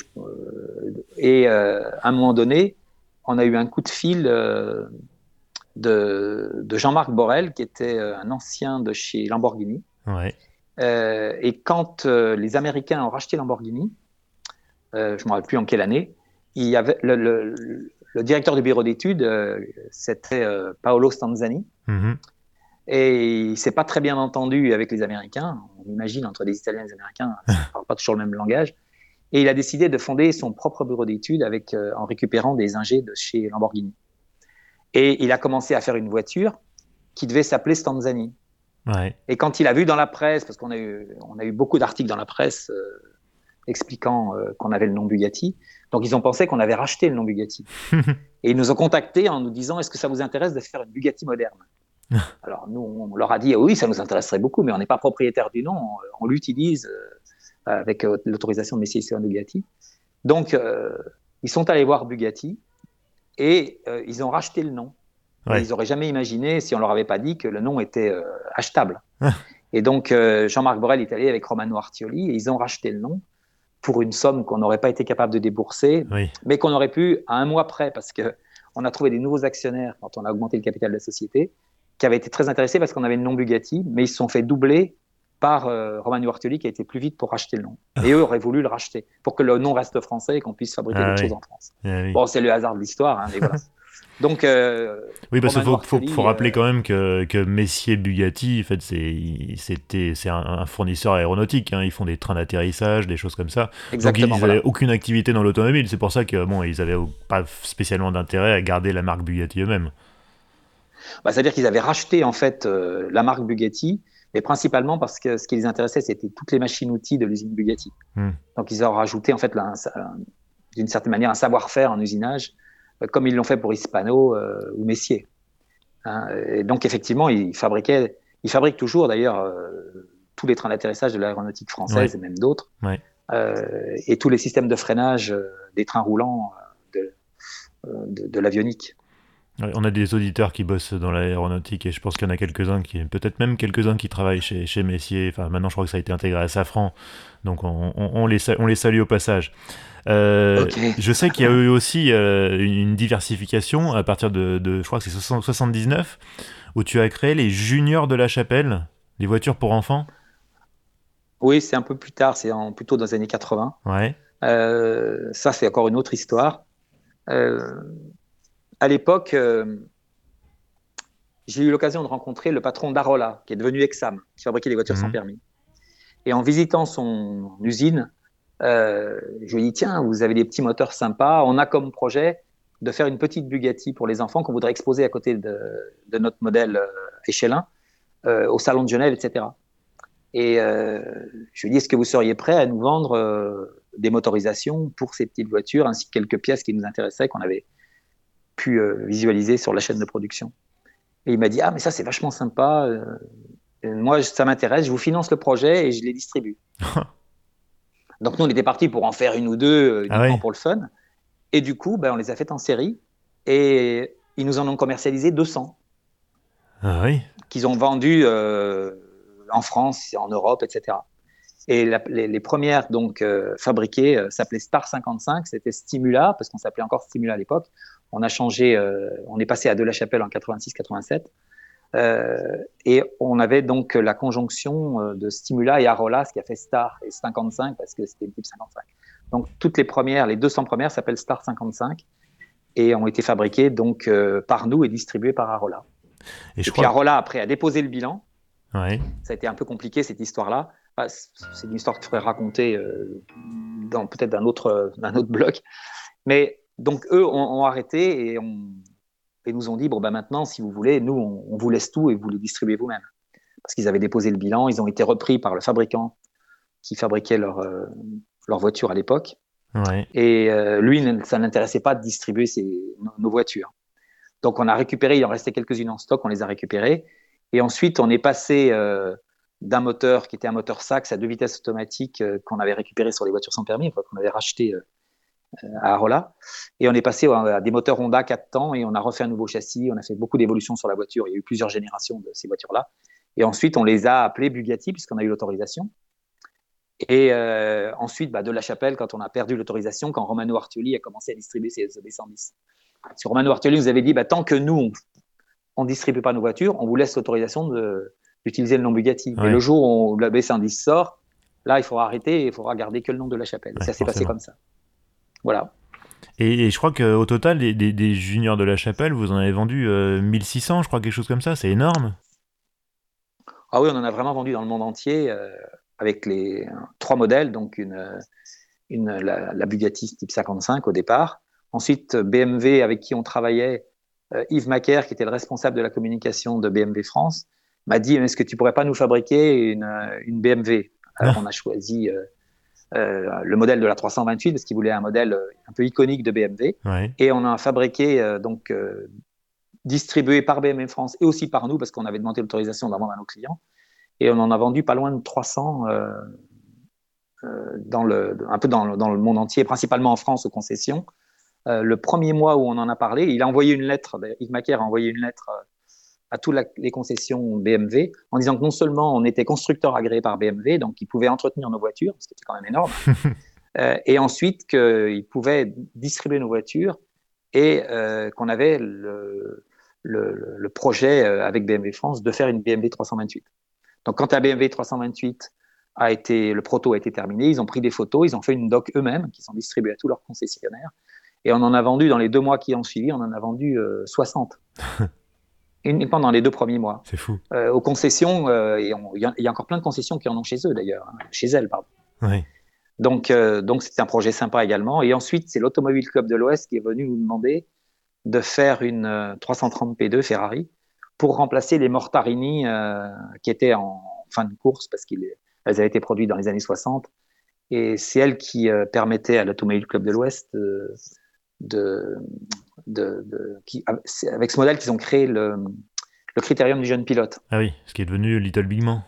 Et à un moment donné, on a eu un coup de fil de Jean-Marc Borel, qui était un ancien de chez Lamborghini. Ouais. Et quand les Américains ont racheté Lamborghini, je ne me rappelle plus en quelle année, il y avait le directeur du bureau d'études, c'était Paolo Stanzani. Et il ne s'est pas très bien entendu avec les Américains. On imagine, entre les Italiens et les Américains, ça ne parle pas toujours le même langage. Et il a décidé de fonder son propre bureau d'études en récupérant des ingés de chez Lamborghini. Et il a commencé à faire une voiture qui devait s'appeler Stanzani. Ouais. Et quand il a vu dans la presse, parce qu'on a eu beaucoup d'articles dans la presse expliquant qu'on avait le nom Bugatti, donc ils ont pensé qu'on avait racheté le nom Bugatti. Et ils nous ont contactés en nous disant « Est-ce que ça vous intéresse de faire une Bugatti moderne ?» Alors nous, on leur a dit « Oui, ça nous intéresserait beaucoup, mais on n'est pas propriétaire du nom, on l'utilise avec l'autorisation de Messier Hispano Bugatti. » Donc ils sont allés voir Bugatti et ils ont racheté le nom. Ouais. Ils n'auraient jamais imaginé, si on ne leur avait pas dit, que le nom était achetable. Et donc, Jean-Marc Borel est allé avec Romano Artioli et ils ont racheté le nom pour une somme qu'on n'aurait pas été capable de débourser, Oui. mais qu'on aurait pu à un mois près, parce qu'on a trouvé des nouveaux actionnaires quand on a augmenté le capital de la société, qui avaient été très intéressés parce qu'on avait le nom Bugatti, mais ils se sont fait doubler par Romano Artioli qui a été plus vite pour racheter le nom. Et eux auraient voulu le racheter pour que le nom reste français et qu'on puisse fabriquer Ah d'autres oui. choses en France. Ah oui. Bon, c'est le hasard de l'histoire, hein, mais voilà. Donc, Oui, parce qu'il Romano faut Artioli, rappeler quand même que Messier Bugatti, en fait, c'est un fournisseur aéronautique. Hein. Ils font des trains d'atterrissage, des choses comme ça. Donc ils exactement, n'avaient voilà. aucune activité dans l'automobile. C'est pour ça que bon, ils avaient pas spécialement d'intérêt à garder la marque Bugatti eux-mêmes. Bah, c'est-à-dire qu'ils avaient racheté en fait la marque Bugatti, mais principalement parce que ce qui les intéressait, c'était toutes les machines-outils de l'usine Bugatti. Hmm. Donc ils ont rajouté en fait d'une certaine manière un savoir-faire en usinage, comme ils l'ont fait pour Hispano ou Messier. Hein. Et donc effectivement, ils fabriquent toujours d'ailleurs tous les trains d'atterrissage de l'aéronautique Ouais, française et même d'autres, ouais. et tous les systèmes de freinage des trains roulants de l'avionique. Ouais, on a des auditeurs qui bossent dans l'aéronautique et je pense qu'il y en a quelques-uns peut-être même quelques-uns qui travaillent chez Messier. Enfin, maintenant, je crois que ça a été intégré à Safran. Donc, on les salue au passage. Ok. Je sais qu'il y a eu aussi une diversification à partir je crois que c'est 79, où tu as créé les Juniors de la Chapelle, les voitures pour enfants. Oui, c'est un peu plus tard, plutôt dans les années 80. Ouais. Ça, c'est encore une autre histoire. Euh, à l'époque, j'ai eu l'occasion de rencontrer le patron d'Arola, qui est devenu Exam, qui fabriquait des voitures sans Mhm. permis. Et en visitant son usine, je lui ai dit, tiens, vous avez des petits moteurs sympas, on a comme projet de faire une petite Bugatti pour les enfants qu'on voudrait exposer à côté de notre modèle Échelin au Salon de Genève, etc. Et je lui ai dit, est-ce que vous seriez prêt à nous vendre des motorisations pour ces petites voitures, ainsi que quelques pièces qui nous intéressaient, qu'on avait pu visualiser sur la chaîne de production. Et il m'a dit, ah, mais ça, c'est vachement sympa. Moi, ça m'intéresse, je vous finance le projet et je les distribue. Donc, nous, on était partis pour en faire une ou deux Ah uniquement oui. pour le fun. Et du coup, ben, on les a faites en série et ils nous en ont commercialisé 200 Ah oui. qu'ils ont vendus en France, en Europe, etc. Et les premières donc fabriquées s'appelaient Star 55, c'était Stimula, parce qu'on s'appelait encore Stimula à l'époque. On a changé, on est passé à De La Chapelle en 86-87. Et on avait donc la conjonction de Stimula et Arola, ce qui a fait Star et 55, parce que c'était une type 55. Donc toutes les premières, les 200 premières s'appellent Star 55 et ont été fabriquées donc par nous et distribuées par Arola. Et je Et puis crois. Arola, après, a déposé le bilan. Ouais. Ça a été un peu compliqué, cette histoire-là. Enfin, c'est une histoire qu'il faudrait raconter dans peut-être d'un autre bloc. Mais donc, eux ont arrêté et nous ont dit, bon, ben maintenant, si vous voulez, nous, on vous laisse tout et vous les distribuez vous-même. Parce qu'ils avaient déposé le bilan, ils ont été repris par le fabricant qui fabriquait leur voiture à l'époque. Ouais. Et lui, ça n'intéressait pas de distribuer nos voitures. Donc, on a récupéré, il en restait quelques-unes en stock, on les a récupérées. Et ensuite, on est passé d'un moteur qui était un moteur Sachs à 2 vitesses automatiques qu'on avait récupéré sur les voitures sans permis, qu'on avait racheté à Arola. Et on est passé à des moteurs Honda 4 temps et on a refait un nouveau châssis. On a fait beaucoup d'évolutions sur la voiture. Il y a eu plusieurs générations de ces voitures-là. Et ensuite, on les a appelées Bugatti puisqu'on a eu l'autorisation. Et ensuite, De La Chapelle, quand on a perdu l'autorisation, quand Romano Artioli a commencé à distribuer ses EB110. Parce que Romano Artioli nous avait dit, tant que nous, on ne distribue pas nos voitures, on vous laisse l'autorisation d'utiliser le nom Bugatti. Mais le Ouais. jour où la B110 sort, là, il faudra arrêter et il faudra garder que le nom de La Chapelle. Et Ouais, ça s'est passé forcément. comme ça. Voilà. Et je crois qu'au total, des Juniors de la Chapelle, vous en avez vendu 1600, je crois, quelque chose comme ça. C'est énorme. Ah oui, on en a vraiment vendu dans le monde entier avec les 3 modèles, donc la Bugatti type 55 au départ. Ensuite, BMW avec qui on travaillait, Yves Macaire, qui était le responsable de la communication de BMW France, m'a dit, est-ce que tu pourrais pas nous fabriquer une BMW? Alors on a choisi le modèle de la 328 parce qu'il voulait un modèle un peu iconique de BMW. Ouais. Et on a fabriqué, distribué par BMW France et aussi par nous parce qu'on avait demandé l'autorisation d'en vendre à nos clients. Et on en a vendu pas loin de 300 un peu dans le monde entier, principalement en France aux concessions. Le premier mois où on en a parlé, il a envoyé une lettre, Yves Macaire a envoyé une lettre à toutes les concessions BMW en disant que non seulement on était constructeur agréé par BMW, donc ils pouvaient entretenir nos voitures, ce qui était quand même énorme, et ensuite qu'ils pouvaient distribuer nos voitures et qu'on avait le projet avec BMW France de faire une BMW 328. Donc quand la BMW 328 le proto a été terminé, ils ont pris des photos, ils ont fait une doc eux-mêmes qui sont distribuées à tous leurs concessionnaires et on en a vendu dans les 2 mois qui ont suivi, on en a vendu 60. Uniquement dans les 2 premiers mois. C'est fou. Aux concessions, il y a encore plein de concessions qui en ont chez eux d'ailleurs, chez elles, pardon. Oui. Donc c'était un projet sympa également. Et ensuite, c'est l'Automobile Club de l'Ouest qui est venu nous demander de faire une 330 P2 Ferrari pour remplacer les Mortarini qui étaient en fin de course parce qu'elles avaient été produites dans les années 60. Et c'est elles qui permettaient à l'Automobile Club de l'Ouest avec ce modèle qu'ils ont créé le critérium du jeune pilote. Ah oui, ce qui est devenu Little Big Man.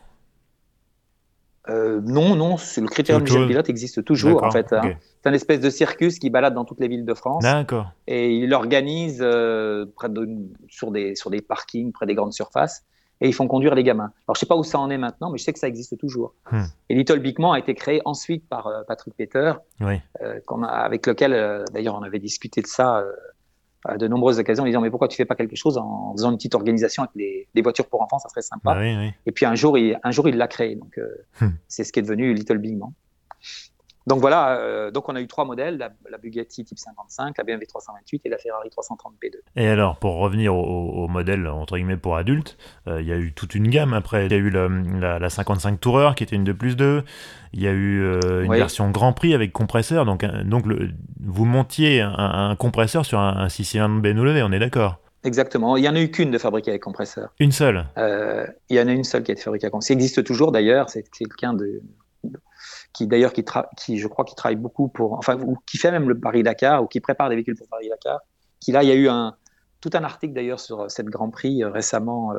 Non, c'est le critérium du jeune pilote existe toujours. D'accord, en fait. okay. Hein. C'est un espèce de circus qui balade dans toutes les villes de France. D'accord. Et il l'organise sur des parkings, près des grandes surfaces. Et ils font conduire les gamins. Alors, je ne sais pas où ça en est maintenant, mais je sais que ça existe toujours. Et Little Big Man a été créé ensuite par Patrick Peter, oui. Avec lequel, d'ailleurs, on avait discuté de ça à de nombreuses occasions, en disant mais pourquoi tu fais pas quelque chose en faisant une petite organisation avec des voitures pour enfants, ça serait sympa. Bah oui, oui. Et puis un jour il l'a créé, donc c'est ce qui est devenu Little Big Man. Donc voilà, donc on a eu 3 modèles, la Bugatti Type 55, la BMW 328 et la Ferrari 330 P2. Et alors, pour revenir au modèle entre guillemets pour adultes, il y a eu toute une gamme après. Il y a eu la 55 Tourer qui était une 2+2. Il y a eu une version Grand Prix avec compresseur. Donc vous montiez un compresseur sur un 6 cylindres BMW, on est d'accord? Exactement. Il n'y en a eu qu'une de fabriquée avec compresseur. Une seule? Il y en a une seule qui a été fabriquée avec compresseur. Ça existe toujours d'ailleurs. C'est quelqu'un qui je crois qui travaille beaucoup ou qui fait même le Paris-Dakar ou qui prépare des véhicules pour Paris-Dakar. Il y a eu tout un article d'ailleurs sur cette Grand Prix récemment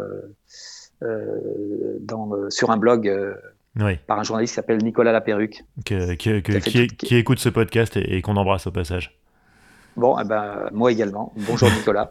sur un blog par un journaliste qui s'appelle Nicolas Laperruque. Qui écoute ce podcast et qu'on embrasse au passage. Bon, moi également. Bonjour Nicolas.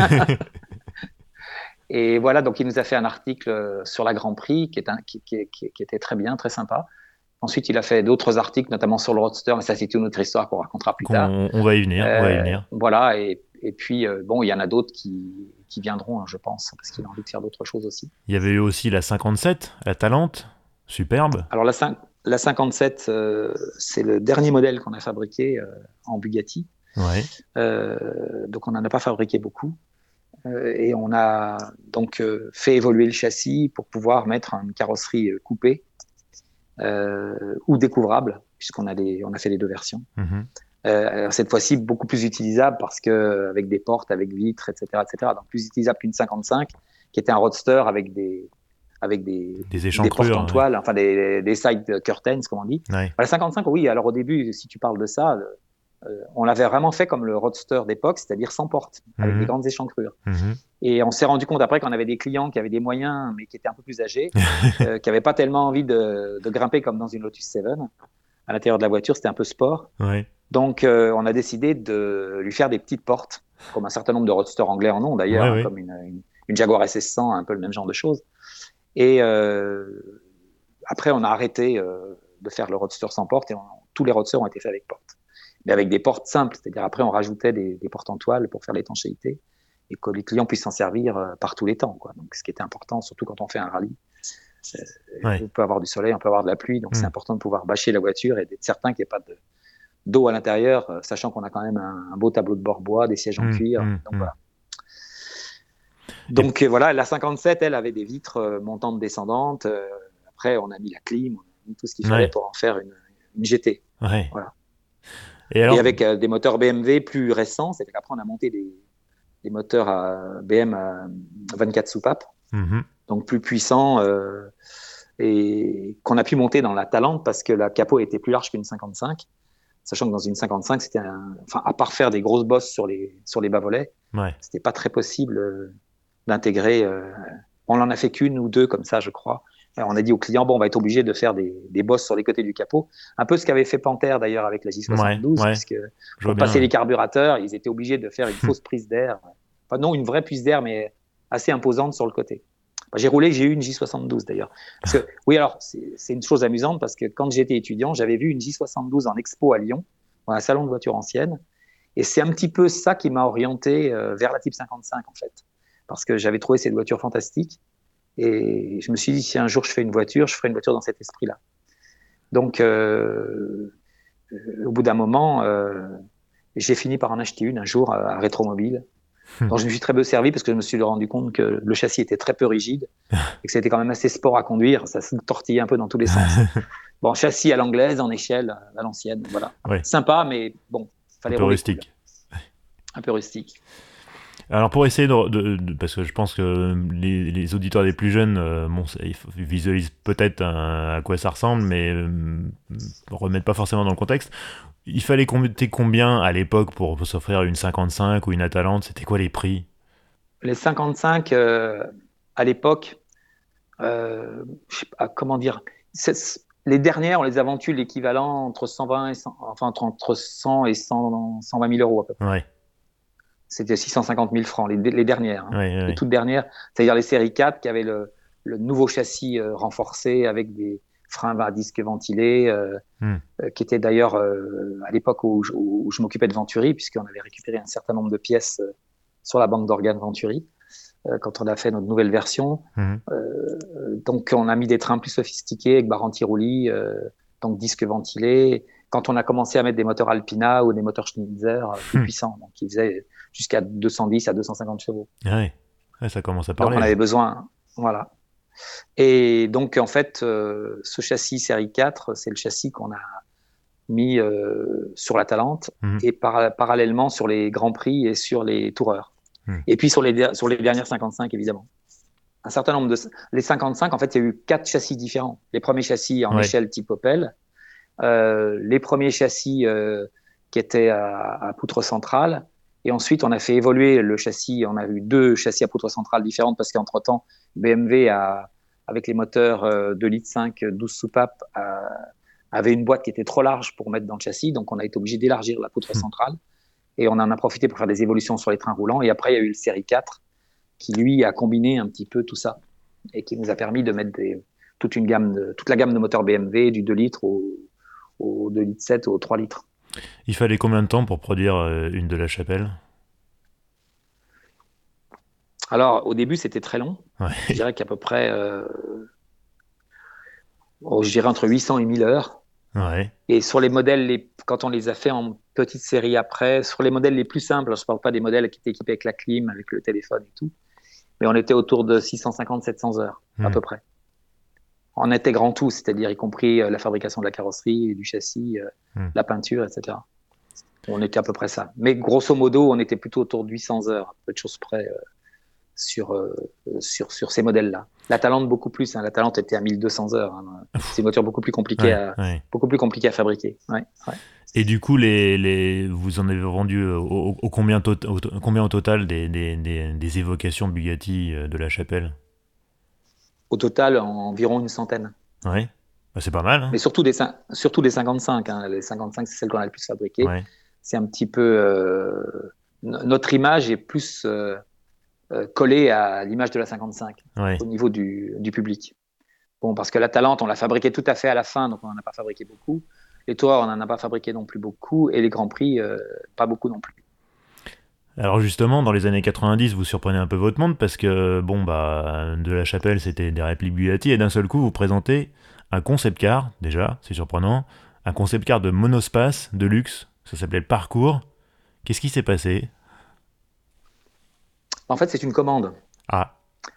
Et voilà, donc il nous a fait un article sur la Grand Prix qui était très bien, très sympa. Ensuite, il a fait d'autres articles, notamment sur le Roadster, mais ça, c'est une autre histoire qu'on racontera plus tard. On va y venir. Voilà, et puis, il y en a d'autres qui viendront, je pense, parce qu'il a envie de faire d'autres choses aussi. Il y avait eu aussi la 57, la Talente, superbe. Alors, la 57, c'est le dernier modèle qu'on a fabriqué en Bugatti. Ouais. Donc, on n'en a pas fabriqué beaucoup. Et on a donc fait évoluer le châssis pour pouvoir mettre une carrosserie coupée. Ou découvrable, puisqu'on a fait les 2 versions. Cette fois-ci, beaucoup plus utilisable parce que avec des portes, avec vitres, etc., donc plus utilisable qu'une 55, qui était un roadster avec des portes en toile, enfin des side curtains, comme on dit. Ouais. La 55, oui. Alors au début, si tu parles de ça, on l'avait vraiment fait comme le roadster d'époque, c'est-à-dire sans porte, avec des grandes échancrures. Et on s'est rendu compte après qu'on avait des clients qui avaient des moyens, mais qui étaient un peu plus âgés, qui n'avaient pas tellement envie de grimper comme dans une Lotus 7. À l'intérieur de la voiture, c'était un peu sport. Ouais. Donc, on a décidé de lui faire des petites portes, comme un certain nombre de roadsters anglais en ont d'ailleurs, comme une Jaguar SS100, un peu le même genre de choses. Et après, on a arrêté de faire le roadster sans porte et tous les roadsters ont été faits avec porte. Mais avec des portes simples, c'est-à-dire après on rajoutait des portes en toile pour faire l'étanchéité et que les clients puissent s'en servir par tous les temps, quoi. Donc ce qui était important, surtout quand on fait un rallye, on peut avoir du soleil, on peut avoir de la pluie, donc c'est important de pouvoir bâcher la voiture et d'être certain qu'il n'y ait pas d'eau à l'intérieur, sachant qu'on a quand même un beau tableau de bord bois, des sièges en cuir, donc voilà. Donc voilà, la 57, elle avait des vitres montantes descendantes. Après, on a mis la clim, on a mis tout ce qu'il fallait pour en faire une GT. Ouais. Voilà. Et avec des moteurs BMW plus récents, c'est qu'après on a monté des moteurs à BM à 24 soupapes, donc plus puissants, et qu'on a pu monter dans la Talente parce que la capot était plus large qu'une 55, sachant que dans une 55, c'était à part faire des grosses bosses sur les bas-volets, c'était pas très possible d'intégrer. On en a fait qu'une ou 2 comme ça, je crois. Alors on a dit aux clients, on va être obligé de faire des bosses sur les côtés du capot. Un peu ce qu'avait fait Panther d'ailleurs avec la J72, parce que pour passer les carburateurs, ils étaient obligés de faire une fausse prise d'air. Enfin non, une vraie prise d'air, mais assez imposante sur le côté. J'ai eu une J72 d'ailleurs. Oui, alors c'est une chose amusante parce que quand j'étais étudiant, j'avais vu une J72 en expo à Lyon, dans un salon de voitures anciennes. Et c'est un petit peu ça qui m'a orienté vers la Type 55 en fait. Parce que j'avais trouvé cette voiture fantastique. Et je me suis dit, si un jour je fais une voiture, je ferai une voiture dans cet esprit-là. Donc, au bout d'un moment, j'ai fini par en acheter une un jour à Rétromobile. Donc, je me suis très peu servi parce que je me suis rendu compte que le châssis était très peu rigide et que c'était quand même assez sport à conduire. Ça se tortillait un peu dans tous les sens. Bon, châssis à l'anglaise, en échelle, à l'ancienne. Voilà. Ouais. Sympa, mais bon, fallait rouler rustique. Cool. Un peu rustique. Alors pour essayer parce que je pense que les auditeurs les plus jeunes ils visualisent peut-être à quoi ça ressemble, mais remettent pas forcément dans le contexte. Il fallait compter combien à l'époque pour s'offrir une 55 ou une Atalante? C'était quoi les prix? Les 55 à l'époque, je sais pas comment dire. Les dernières, on les a vendues l'équivalent entre 120 et 100, enfin entre 100 et 120 000 euros à peu près. Ouais. C'était 650 000 francs, les dernières. Hein. Ouais. Les toutes dernières, c'est-à-dire les séries 4 qui avaient le nouveau châssis renforcé avec des freins à disque ventilés, qui était d'ailleurs à l'époque où je m'occupais de Venturi, puisqu'on avait récupéré un certain nombre de pièces sur la banque d'organes Venturi, quand on a fait notre nouvelle version. Donc on a mis des trains plus sophistiqués avec barre anti-roulis, donc disque ventilé. Quand on a commencé à mettre des moteurs Alpina ou des moteurs Schnitzer plus puissants, donc qui faisaient jusqu'à 210 à 250 chevaux. Ouais, ça commence à parler. Donc on avait besoin, voilà. Et donc en fait, ce châssis série 4, c'est le châssis qu'on a mis sur la Talente et parallèlement sur les Grands Prix et sur les Toureurs. Et puis sur les dernières 55 évidemment. Un certain nombre les 55, en fait, il y a eu 4 châssis différents. Les premiers châssis en échelle type Opel, les premiers châssis qui étaient à poutre centrale, et ensuite on a fait évoluer le châssis. On a eu 2 châssis à poutre centrale différentes parce qu'entre-temps, BMW avec les moteurs 2,5 litres 12 soupapes avait une boîte qui était trop large pour mettre dans le châssis, donc on a été obligé d'élargir la poutre centrale, et on en a profité pour faire des évolutions sur les trains roulants. Et après, il y a eu le série 4 qui lui a combiné un petit peu tout ça et qui nous a permis de mettre toute la gamme de moteurs BMW du 2 litres au 2 litres 7 au 3 litres. Il fallait combien de temps pour produire une de la Chapelle? Alors au début c'était très long. Ouais. Je dirais qu'à peu près je dirais entre 800 et 1000 heures. Ouais. Et sur les modèles, quand on les a fait en petite série après, sur les modèles les plus simples, je ne parle pas des modèles qui étaient équipés avec la clim, avec le téléphone et tout, mais on était autour de 650-700 heures, à peu près. En intégrant tout, c'est-à-dire y compris la fabrication de la carrosserie, du châssis, la peinture, etc. On était à peu près ça. Mais grosso modo, on était plutôt autour de 800 heures, peu de choses près sur ces modèles-là. La Talente, beaucoup plus. Hein. La Talente était à 1200 heures. Hein. C'est une voiture beaucoup plus compliquée beaucoup plus compliquée à fabriquer. Ouais. Et du coup, vous en avez vendu combien au total des évocations Bugatti de la Chapelle? Au total, environ une centaine. Ouais, c'est pas mal. Hein. Mais surtout des 55. Hein. Les 55, c'est celles qu'on a le plus fabriquées. Ouais. C'est un petit peu... notre image est plus collée à l'image de la 55 au niveau du public. Bon, parce que la Talente, on l'a fabriquée tout à fait à la fin, donc on n'en a pas fabriqué beaucoup. Les Tours, on n'en a pas fabriqué non plus beaucoup. Et les Grands Prix, pas beaucoup non plus. Alors justement, dans les années 90, vous surprenez un peu votre monde parce que, de la Chapelle, c'était des répliques Bugatti, et d'un seul coup, vous présentez un concept car, déjà, c'est surprenant, un concept car de monospace, de luxe, ça s'appelait le Parcours. Qu'est-ce qui s'est passé? En fait, c'est une commande. Ah.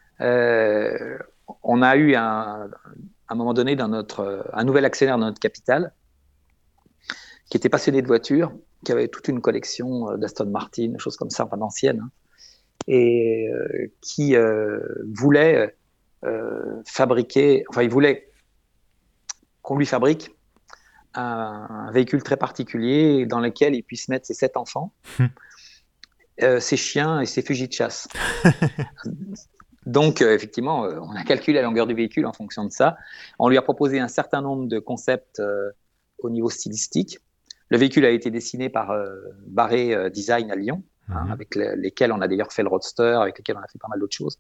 On a eu à un moment donné un nouvel actionnaire dans notre capital qui était passionné de voitures, qui avait toute une collection d'Aston Martin, des choses comme ça, enfin d'anciennes, hein, et qui voulait fabriquer, enfin il voulait qu'on lui fabrique un véhicule très particulier dans lequel il puisse mettre ses 7 enfants, ses chiens et ses fusils de chasse. Donc, effectivement, on a calculé la longueur du véhicule en fonction de ça. On lui a proposé un certain nombre de concepts au niveau stylistique. Le véhicule a été dessiné par Barré Design à Lyon. avec lesquels on a d'ailleurs fait le Roadster, avec lesquels on a fait pas mal d'autres choses.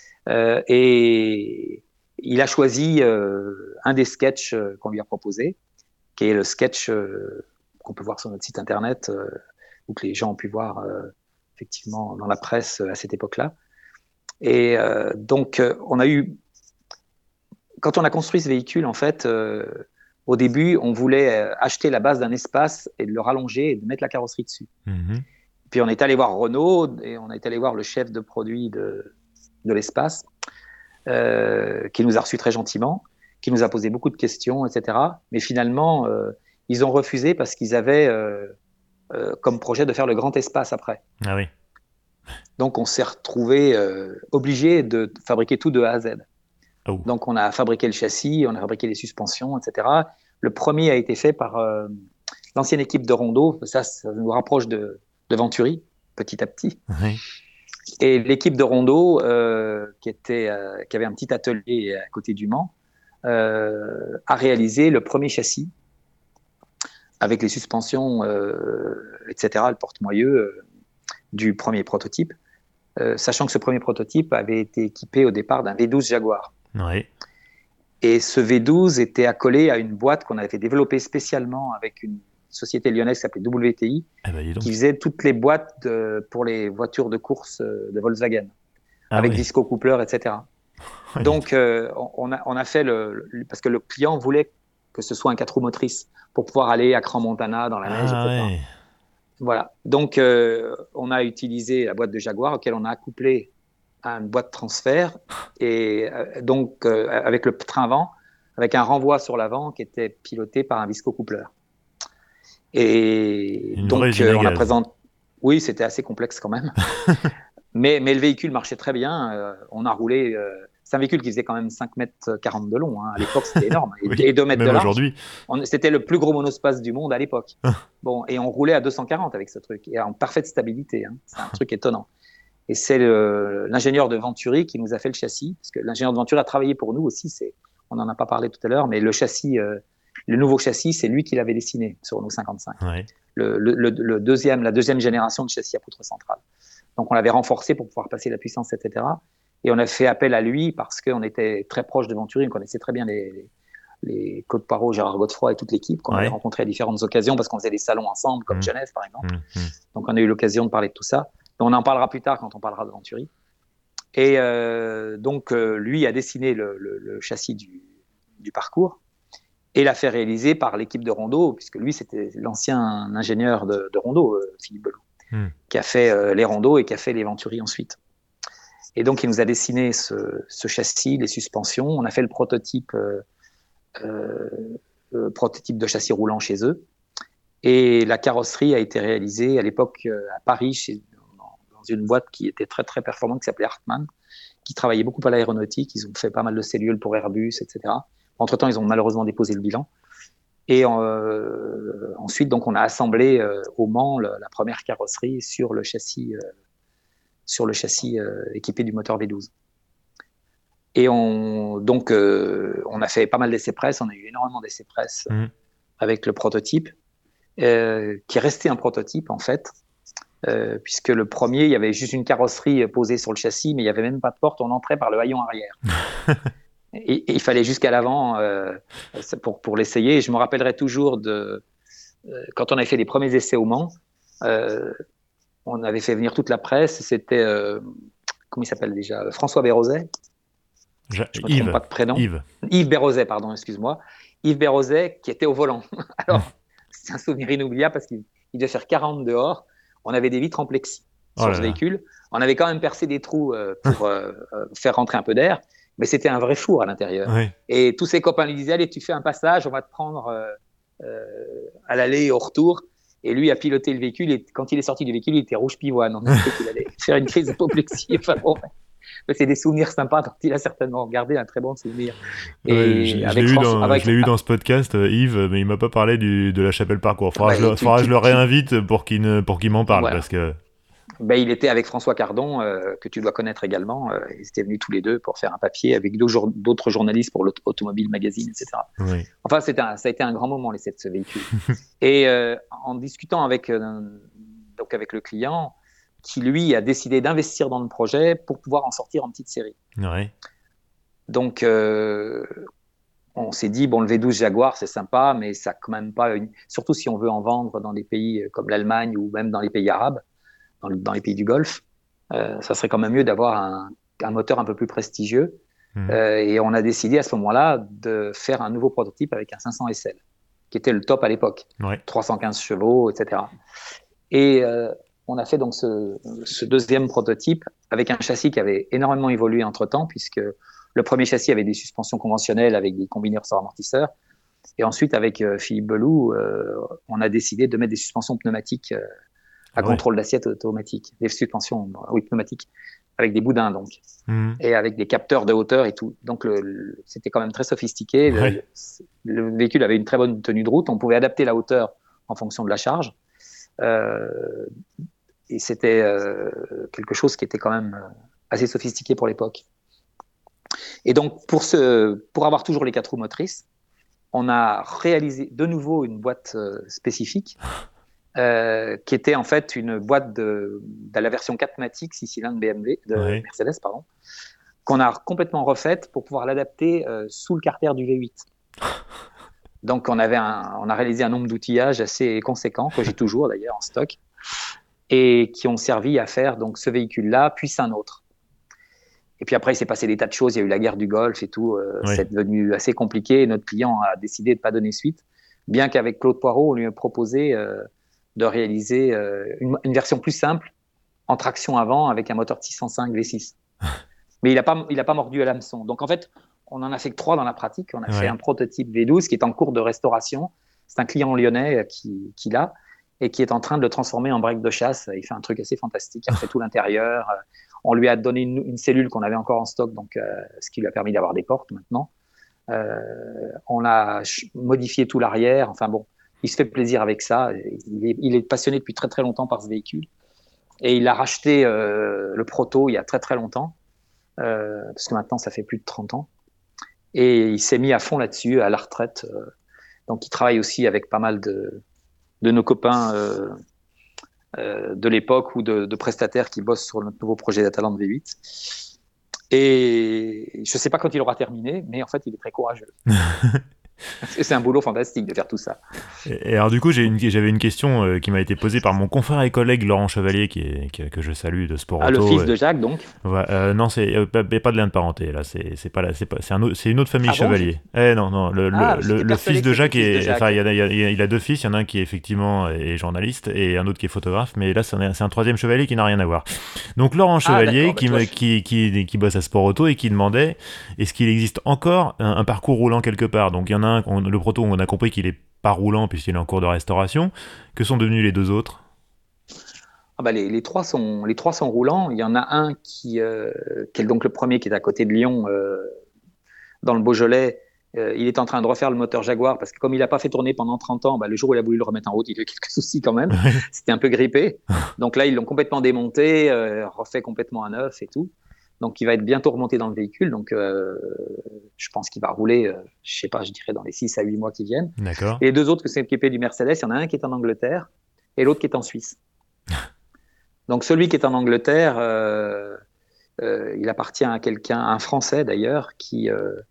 Et il a choisi un des sketchs qu'on lui a proposé, qui est le sketch qu'on peut voir sur notre site internet, ou que les gens ont pu voir effectivement dans la presse à cette époque-là. Et donc, quand on a construit ce véhicule, en fait, au début, on voulait acheter la base d'un espace et de le rallonger et de mettre la carrosserie dessus. Puis on est allé voir Renault et on est allé voir le chef de produit de l'espace, qui nous a reçus très gentiment, qui nous a posé beaucoup de questions, etc. Mais finalement, ils ont refusé parce qu'ils avaient comme projet de faire le grand espace après. Ah oui. Donc on s'est retrouvé obligé de fabriquer tout de A à Z. Oh. Donc on a fabriqué le châssis, on a fabriqué les suspensions, etc. Le premier a été fait par l'ancienne équipe de Rondeau. Ça nous rapproche de Venturi, petit à petit. Oui. Et l'équipe de Rondeau, qui avait un petit atelier à côté du Mans, a réalisé le premier châssis avec les suspensions, etc., le porte-moyeu du premier prototype, sachant que ce premier prototype avait été équipé au départ d'un V12 Jaguar. Oui. Et ce V12 était accolé à une boîte qu'on avait développée spécialement avec une société lyonnaise qui s'appelait WTI, qui faisait toutes les boîtes pour les voitures de course de Volkswagen, avec disco coupler, etc. Oui. Donc, on a fait parce que le client voulait que ce soit un 4 roues motrices pour pouvoir aller à Crans-Montana dans la neige, etc. Oui. Voilà. Donc, on a utilisé la boîte de Jaguar auquel on a accouplé à une boîte transfert et donc avec le train-vent, avec un renvoi sur l'avant qui était piloté par un visco coupler. Et donc, on a présenté. Oui, c'était assez complexe quand même. mais le véhicule marchait très bien. On a roulé. C'est un véhicule qui faisait quand même 5,40 m de long. À l'époque, c'était énorme. Oui, et 2 mètres de large. Aujourd'hui. C'était le plus gros monospace du monde à l'époque. Bon, et on roulait à 240 avec ce truc. Et en parfaite stabilité. C'est un truc étonnant. Et c'est l'ingénieur de Venturi qui nous a fait le châssis. Parce que l'ingénieur de Venturi a travaillé pour nous aussi. On n'en a pas parlé tout à l'heure, mais le châssis. Le nouveau châssis, c'est lui qui l'avait dessiné sur nos 55. Ouais. La deuxième génération de châssis à poutre centrale. Donc, on l'avait renforcé pour pouvoir passer la puissance, etc. Et on a fait appel à lui parce qu'on était très proche de Venturi. On connaissait très bien les Claude Parrot, Gérard Godefroy et toute l'équipe qu'on avait rencontré à différentes occasions parce qu'on faisait des salons ensemble, comme Genève, par exemple. Donc, on a eu l'occasion de parler de tout ça. Mais on en parlera plus tard quand on parlera de Venturi. Et donc, lui a dessiné le châssis du parcours et l'a fait réaliser par l'équipe de Rondeau, puisque lui, c'était l'ancien ingénieur de Rondeau, Philippe Belou, qui a fait les Rondeau et qui a fait les Venturi ensuite. Et donc, il nous a dessiné ce châssis, les suspensions. On a fait le prototype de châssis roulant chez eux. Et la carrosserie a été réalisée à l'époque à Paris, dans une boîte qui était très, très performante, qui s'appelait Hartmann, qui travaillait beaucoup à l'aéronautique. Ils ont fait pas mal de cellules pour Airbus, etc. Entre-temps, ils ont malheureusement déposé le bilan. Et ensuite, donc, on a assemblé au Mans la première carrosserie sur le châssis équipé du moteur V12. Et on a fait pas mal d'essais presse. On a eu énormément d'essais presse avec le prototype, qui est resté un prototype, en fait, puisque le premier, il y avait juste une carrosserie posée sur le châssis, mais il n'y avait même pas de porte. On entrait par le haillon arrière. Et il fallait jusqu'à l'avant pour l'essayer. Et je me rappellerai toujours quand on avait fait les premiers essais au Mans, on avait fait venir toute la presse. C'était, comment il s'appelle déjà, François Bérozet. Je ne me trompe pas de prénom. Yves Bérozet, pardon, excuse-moi. Yves Bérozet qui était au volant. Alors, c'est un souvenir inoubliable parce qu'il devait faire 40 dehors. On avait des vitres en plexi sur ce véhicule. On avait quand même percé des trous pour faire rentrer un peu d'air. Mais c'était un vrai four à l'intérieur. Oui. Et tous ses copains lui disaient, allez, tu fais un passage, on va te prendre à l'aller et au retour. Et lui a piloté le véhicule. Et quand il est sorti du véhicule, il était rouge pivoine. On disait qu'il allait faire une crise d'apoplexie. Enfin, bon, c'est des souvenirs sympas dont il a certainement gardé un très bon souvenir. Et je l'ai eu dans ce podcast, Yves, mais il ne m'a pas parlé de la Chapelle Parcours. Faudra que je le réinvite pour qu'il m'en parle. Voilà. Parce que... il était avec François Cardon, que tu dois connaître également. Ils étaient venus tous les deux pour faire un papier avec d'autres journalistes pour l'Automobile Magazine, etc. Oui. Enfin, ça a été un grand moment, l'essai de ce véhicule. Et en discutant avec le client, qui lui a décidé d'investir dans le projet pour pouvoir en sortir en petite série. Ouais. Donc, on s'est dit, bon, le V12 Jaguar, c'est sympa, mais ça quand même pas surtout si on veut en vendre dans des pays comme l'Allemagne ou même dans les pays arabes, dans les pays du Golfe, ça serait quand même mieux d'avoir un moteur un peu plus prestigieux. Et on a décidé à ce moment-là de faire un nouveau prototype avec un 500 SL, qui était le top à l'époque. Ouais. 315 chevaux, etc. Et on a fait donc ce deuxième prototype avec un châssis qui avait énormément évolué entre-temps, puisque le premier châssis avait des suspensions conventionnelles avec des combinés ressorts-amortisseurs. Et ensuite, avec Philippe Beloux, on a décidé de mettre des suspensions pneumatiques à contrôle d'assiette automatique. Des suspensions pneumatiques avec des boudins, donc. Et avec des capteurs de hauteur et tout. Donc, c'était quand même très sophistiqué. Ouais. Le véhicule avait une très bonne tenue de route. On pouvait adapter la hauteur en fonction de la charge. Et c'était quelque chose qui était quand même assez sophistiqué pour l'époque. Et donc, pour avoir toujours les 4 roues motrices, on a réalisé de nouveau une boîte spécifique qui était en fait une boîte de la version 4MATIC 6 cylindres BMW, de Mercedes, pardon, qu'on a complètement refaite pour pouvoir l'adapter sous le carter du V8. Donc, on a réalisé un nombre d'outillages assez conséquent, que j'ai toujours d'ailleurs en stock, et qui ont servi à faire donc ce véhicule-là, puis un autre. Et puis après, il s'est passé des tas de choses. Il y a eu la guerre du Golfe et tout. C'est devenu assez compliqué. Notre client a décidé de ne pas donner suite, bien qu'avec Claude Poirot, on lui a proposé de réaliser une version plus simple, en traction avant, avec un moteur de 605 V6. Mais il n'a pas mordu à l'hameçon. Donc en fait, on en a fait que 3 dans la pratique. On a fait un prototype V12 qui est en cours de restauration. C'est un client lyonnais qui l'a et qui est en train de le transformer en break de chasse. Il fait un truc assez fantastique. Il a fait tout l'intérieur. On lui a donné une cellule qu'on avait encore en stock, donc ce qui lui a permis d'avoir des portes maintenant. On a modifié tout l'arrière. Enfin bon, il se fait plaisir avec ça. Il est passionné depuis très très longtemps par ce véhicule. Et il a racheté le proto il y a très très longtemps, parce que maintenant ça fait plus de 30 ans. Et il s'est mis à fond là-dessus, à la retraite. Donc il travaille aussi avec pas mal de nos copains de l'époque ou de prestataires qui bossent sur notre nouveau projet d'Atalante V8. Et je ne sais pas quand il aura terminé, mais en fait, il est très courageux. C'est un boulot fantastique de faire tout ça. Et alors du coup, j'avais une question qui m'a été posée par mon confrère et collègue Laurent Chevalier, que je salue, de Sport Auto. Le fils de Jacques, donc. Non, c'est pas de lien de parenté là. C'est une autre famille Chevalier. Non, le fils de Jacques enfin, il a 2 fils. Il y en a un qui effectivement est journaliste et un autre qui est photographe. Mais là, c'est un 3e Chevalier qui n'a rien à voir. Donc Laurent Chevalier qui bosse à Sport Auto et qui demandait est-ce qu'il existe encore un parcours roulant quelque part. Donc il y en a le proto, on a compris qu'il est pas roulant puisqu'il est en cours de restauration. Que sont devenus les 2 autres ? Les trois sont roulants. Il y en a un qui est donc le premier, qui est à côté de Lyon, dans le Beaujolais. Il est en train de refaire le moteur Jaguar parce que comme il n'a pas fait tourner pendant 30 ans, le jour où il a voulu le remettre en route, il a eu quelques soucis quand même. C'était un peu grippé. Donc là, ils l'ont complètement démonté, refait complètement à neuf et tout. Donc il va être bientôt remonté dans le véhicule. Donc je pense qu'il va rouler, je sais pas, je dirais dans les 6 à 8 mois qui viennent. D'accord. Et les 2 autres qui sont équipés du Mercedes, il y en a un qui est en Angleterre et l'autre qui est en Suisse. Donc celui qui est en Angleterre, il appartient à un Français d'ailleurs, qui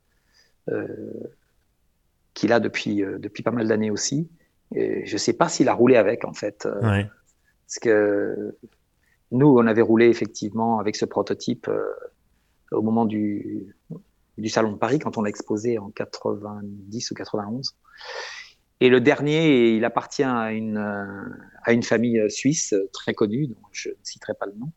l'a depuis pas mal d'années aussi. Et je ne sais pas s'il a roulé avec, en fait. Parce que nous, on avait roulé effectivement avec ce prototype au moment du Salon de Paris, quand on l'a exposé en 90 ou 91. Et le dernier, il appartient à une famille suisse très connue, dont je ne citerai pas le nom.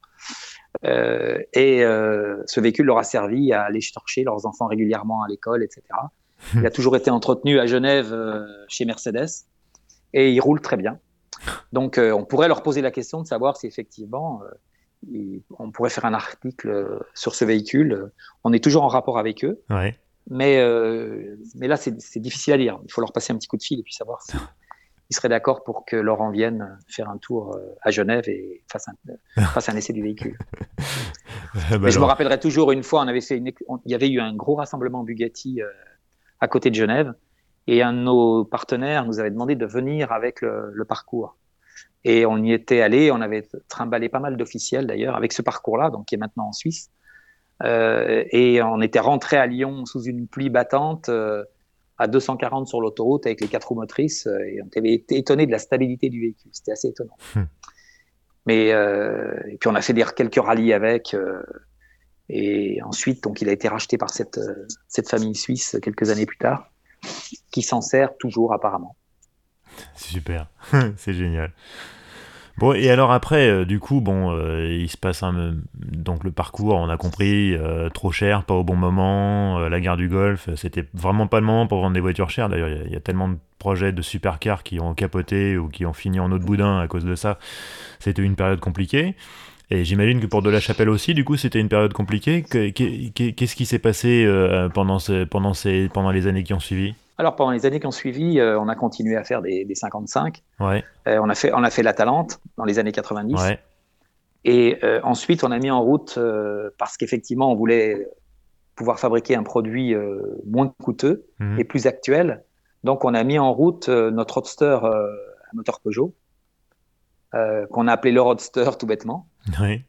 Ce véhicule leur a servi à aller chercher leurs enfants régulièrement à l'école, etc. Il a toujours été entretenu à Genève chez Mercedes et il roule très bien. Donc, on pourrait leur poser la question de savoir si effectivement, on pourrait faire un article sur ce véhicule. On est toujours en rapport avec eux. Ouais. Mais là, c'est difficile à dire. Il faut leur passer un petit coup de fil et puis savoir s'ils seraient d'accord pour que Laurent vienne faire un tour à Genève et fasse un essai du véhicule. Mais je me rappellerai toujours une fois, il y avait eu un gros rassemblement Bugatti à côté de Genève et un de nos partenaires nous avait demandé de venir avec le parcours. Et on y était allé, on avait trimballé pas mal d'officiels d'ailleurs, avec ce parcours-là, donc qui est maintenant en Suisse. Et on était rentré à Lyon sous une pluie battante, à 240 sur l'autoroute avec les 4 roues motrices, et on était étonné de la stabilité du véhicule. C'était assez étonnant. Mais et puis on a fait quelques rallyes avec. Et ensuite, donc, il a été racheté par cette famille suisse quelques années plus tard, qui s'en sert toujours apparemment. Super, c'est génial. Bon, et alors après, du coup, il se passe donc le parcours, on a compris, trop cher, pas au bon moment, la guerre du Golfe, c'était vraiment pas le moment pour vendre des voitures chères. D'ailleurs, il y a tellement de projets de supercars qui ont capoté ou qui ont fini en eau de boudin à cause de ça. C'était une période compliquée. Et j'imagine que pour De La Chapelle aussi, du coup, c'était une période compliquée. Qu'est-ce qui s'est passé pendant les années qui ont suivi? Alors, pendant les années qui ont suivi, on a continué à faire des 55. Ouais, On a fait l'Atalante dans les années 90. ouais. Et ensuite, on a mis en route, parce qu'effectivement, on voulait pouvoir fabriquer un produit moins coûteux et plus actuel. Donc, on a mis en route notre Roadster à moteur Peugeot, qu'on a appelé le Roadster tout bêtement, Ouais.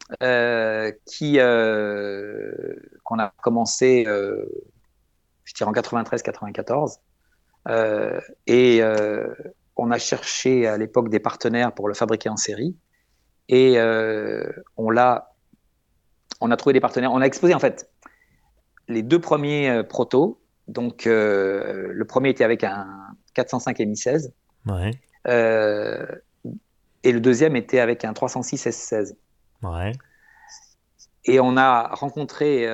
qu'on a commencé, je dirais, en 93-94. Et on a cherché à l'époque des partenaires pour le fabriquer en série. Et on a trouvé des partenaires. On a exposé en fait les 2 premiers protos. Donc le premier était avec un 405 MI16. Ouais. Et le deuxième était avec un 306 S16. Ouais. Et on a rencontré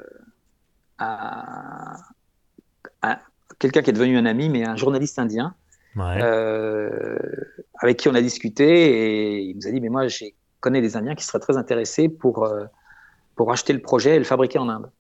quelqu'un qui est devenu un ami, mais un journaliste indien, Ouais. avec qui on a discuté, et il nous a dit, mais moi, je connais des Indiens qui seraient très intéressés pour acheter le projet et le fabriquer en Inde.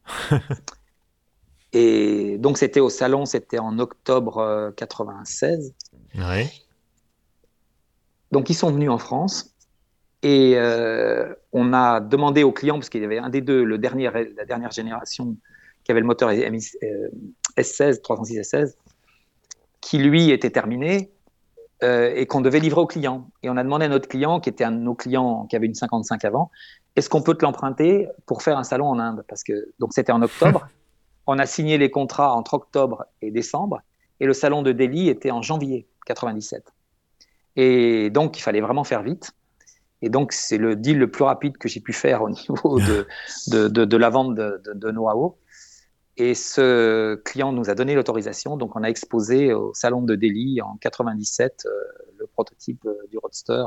Et donc, c'était au salon, c'était en octobre 96. Ouais. Donc, ils sont venus en France, et on a demandé aux clients, parce qu'il y avait un des deux, la dernière génération, qui avait le moteur S16, 306 S16, qui lui était terminé, et qu'on devait livrer au client. Et on a demandé à notre client, qui était un de nos clients qui avait une 55 avant, est-ce qu'on peut te l'emprunter pour faire un salon en Inde? Parce que donc c'était en octobre. On a signé les contrats entre octobre et décembre, et le salon de Delhi était en janvier 97. Et donc il fallait vraiment faire vite. Et donc c'est le deal le plus rapide que j'ai pu faire au niveau de la vente de know-how. Et ce client nous a donné l'autorisation, donc on a exposé au salon de Delhi en 97 le prototype du Roadster,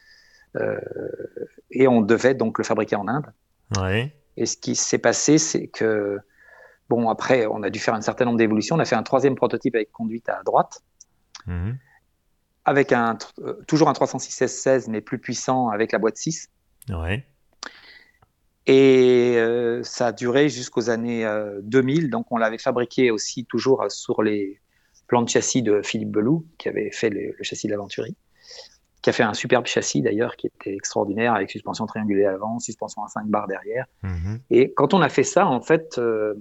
et on devait donc le fabriquer en Inde. Ouais. Et ce qui s'est passé, c'est que, bon, après, on a dû faire un certain nombre d'évolutions. On a fait un 3e prototype avec conduite à droite, avec toujours un 306 S16, mais plus puissant, avec la boîte 6. Ouais. Et ça a duré jusqu'aux années 2000. Donc, on l'avait fabriqué aussi toujours sur les plans de châssis de Philippe Beloux, qui avait fait le châssis de l'Aventurie, qui a fait un superbe châssis d'ailleurs, qui était extraordinaire, avec suspension triangulaire avant, suspension à 5 barres derrière. Et quand on a fait ça, en fait,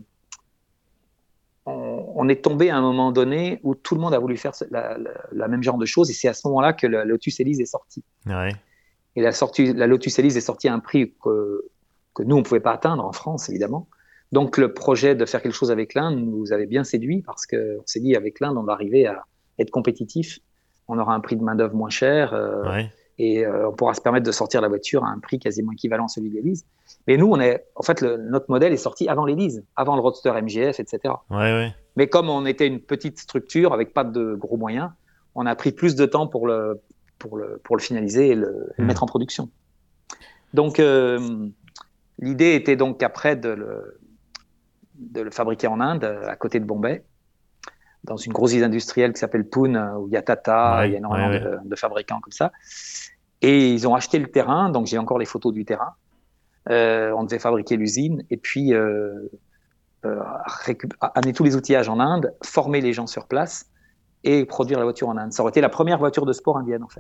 on est tombé à un moment donné où tout le monde a voulu faire la même genre de choses, et c'est à ce moment-là que la Lotus Elise est sortie. Ouais. Et la Lotus Elise est sortie à un prix que nous, on ne pouvait pas atteindre en France, évidemment. Donc, le projet de faire quelque chose avec l'Inde nous avait bien séduit, parce qu'on s'est dit, avec l'Inde, on va arriver à être compétitif. On aura un prix de main-d'œuvre moins cher, Ouais. et on pourra se permettre de sortir la voiture à un prix quasiment équivalent à celui de l'Elise. Mais nous, en fait, notre modèle est sorti avant l'Elise, avant le Roadster MGF, etc. Ouais. Ouais. Mais comme on était une petite structure avec pas de gros moyens, on a pris plus de temps pour le finaliser et le mettre en production. Donc, l'idée était donc après de le fabriquer en Inde, à côté de Bombay, dans une grosse usine industrielle qui s'appelle Pune, où il y a Tata, il y a énormément de fabricants comme ça. Et ils ont acheté le terrain, donc j'ai encore les photos du terrain. On devait fabriquer l'usine, et puis amener tous les outillages en Inde, former les gens sur place et produire la voiture en Inde. Ça aurait été la première voiture de sport indienne, en fait.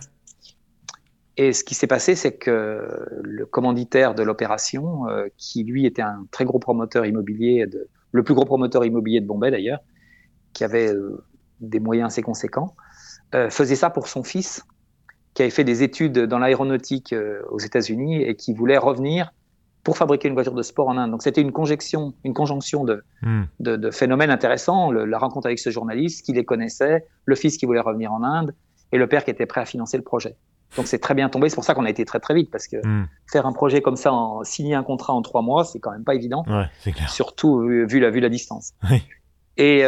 Et ce qui s'est passé, c'est que le commanditaire de l'opération, qui lui était un très gros promoteur immobilier, le plus gros promoteur immobilier de Bombay d'ailleurs, qui avait des moyens assez conséquents, faisait ça pour son fils, qui qui avait fait des études dans l'aéronautique aux États-Unis et qui voulait revenir pour fabriquer une voiture de sport en Inde. Donc c'était une conjonction de phénomènes intéressants, la rencontre avec ce journaliste qui les connaissait, le fils qui voulait revenir en Inde et le père qui était prêt à financer le projet. Donc c'est très bien tombé, c'est pour ça qu'on a été très très vite, parce que faire un projet comme ça, signer un contrat en 3 mois, c'est quand même pas évident, Ouais, c'est clair. surtout vu la distance. Oui. Et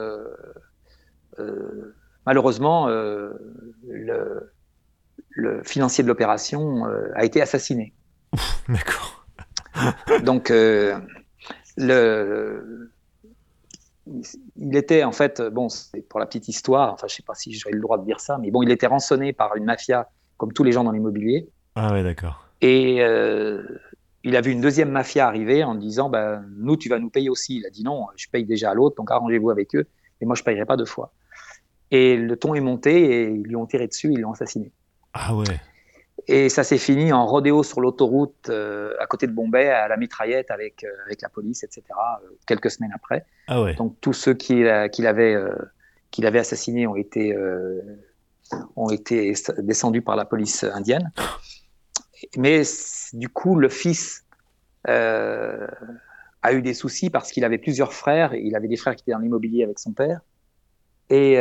malheureusement, le financier de l'opération a été assassiné. Ouf, d'accord. Donc, il était en fait, bon, c'est pour la petite histoire, enfin, je sais pas si j'aurais le droit de dire ça, mais bon, il était rançonné par une mafia, comme tous les gens dans l'immobilier. Ah ouais, d'accord. Et il a vu une deuxième mafia arriver en disant, ben, nous, tu vas nous payer aussi. Il a dit non, je paye déjà à l'autre, donc arrangez-vous avec eux, et moi, je payerai pas 2 fois. Et le ton est monté, et ils lui ont tiré dessus, ils l'ont assassiné. Ah ouais. Et ça s'est fini en rodéo sur l'autoroute à côté de Bombay, à la mitraillette avec la police, etc., quelques semaines après. Ah ouais. Donc tous ceux qui l'avaient assassiné ont été descendus par la police indienne. Mais du coup, le fils a eu des soucis parce qu'il avait plusieurs frères. Il avait des frères qui étaient dans l'immobilier avec son père. Et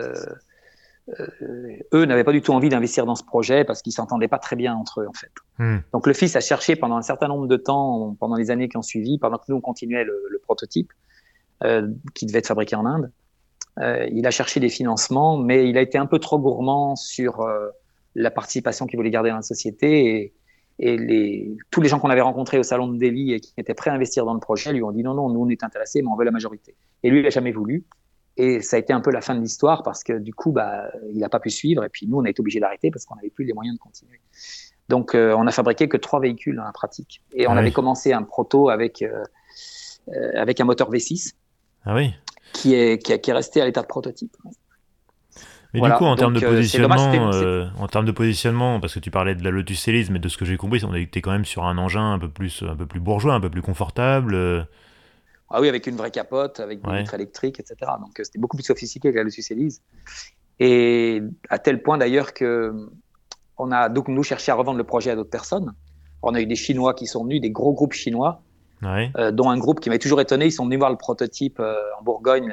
eux n'avaient pas du tout envie d'investir dans ce projet parce qu'ils s'entendaient pas très bien entre eux, en fait. Donc le fils a cherché pendant un certain nombre de temps, pendant les années qui ont suivi, pendant que nous on continuait le prototype qui devait être fabriqué en Inde. Il a cherché des financements, mais il a été un peu trop gourmand sur la participation qu'il voulait garder dans la société. Et tous les gens qu'on avait rencontrés au salon de Delhi et qui étaient prêts à investir dans le projet lui ont dit non, nous on est intéressés, mais on veut la majorité. Et lui, il n'a jamais voulu. Et ça a été un peu la fin de l'histoire parce que du coup, il n'a pas pu suivre. Et puis nous, on a été obligés d'arrêter parce qu'on n'avait plus les moyens de continuer. Donc, on a fabriqué que 3 véhicules dans la pratique. Et on avait commencé un proto avec un moteur V6 qui est resté à l'état de prototype. Mais voilà. Du coup, en termes de positionnement, parce que tu parlais de la Lotus Elise, mais de ce que j'ai compris, on était quand même sur un engin un peu plus bourgeois, un peu plus confortable. Ah oui, avec une vraie capote, avec des vitres électriques, etc. Donc, c'était beaucoup plus sophistiqué que la Lotus Elise. Et à tel point d'ailleurs que on a donc nous cherché à revendre le projet à d'autres personnes. On a eu des Chinois qui sont venus, des gros groupes chinois, dont un groupe qui m'avait toujours étonné. Ils sont venus voir le prototype en Bourgogne,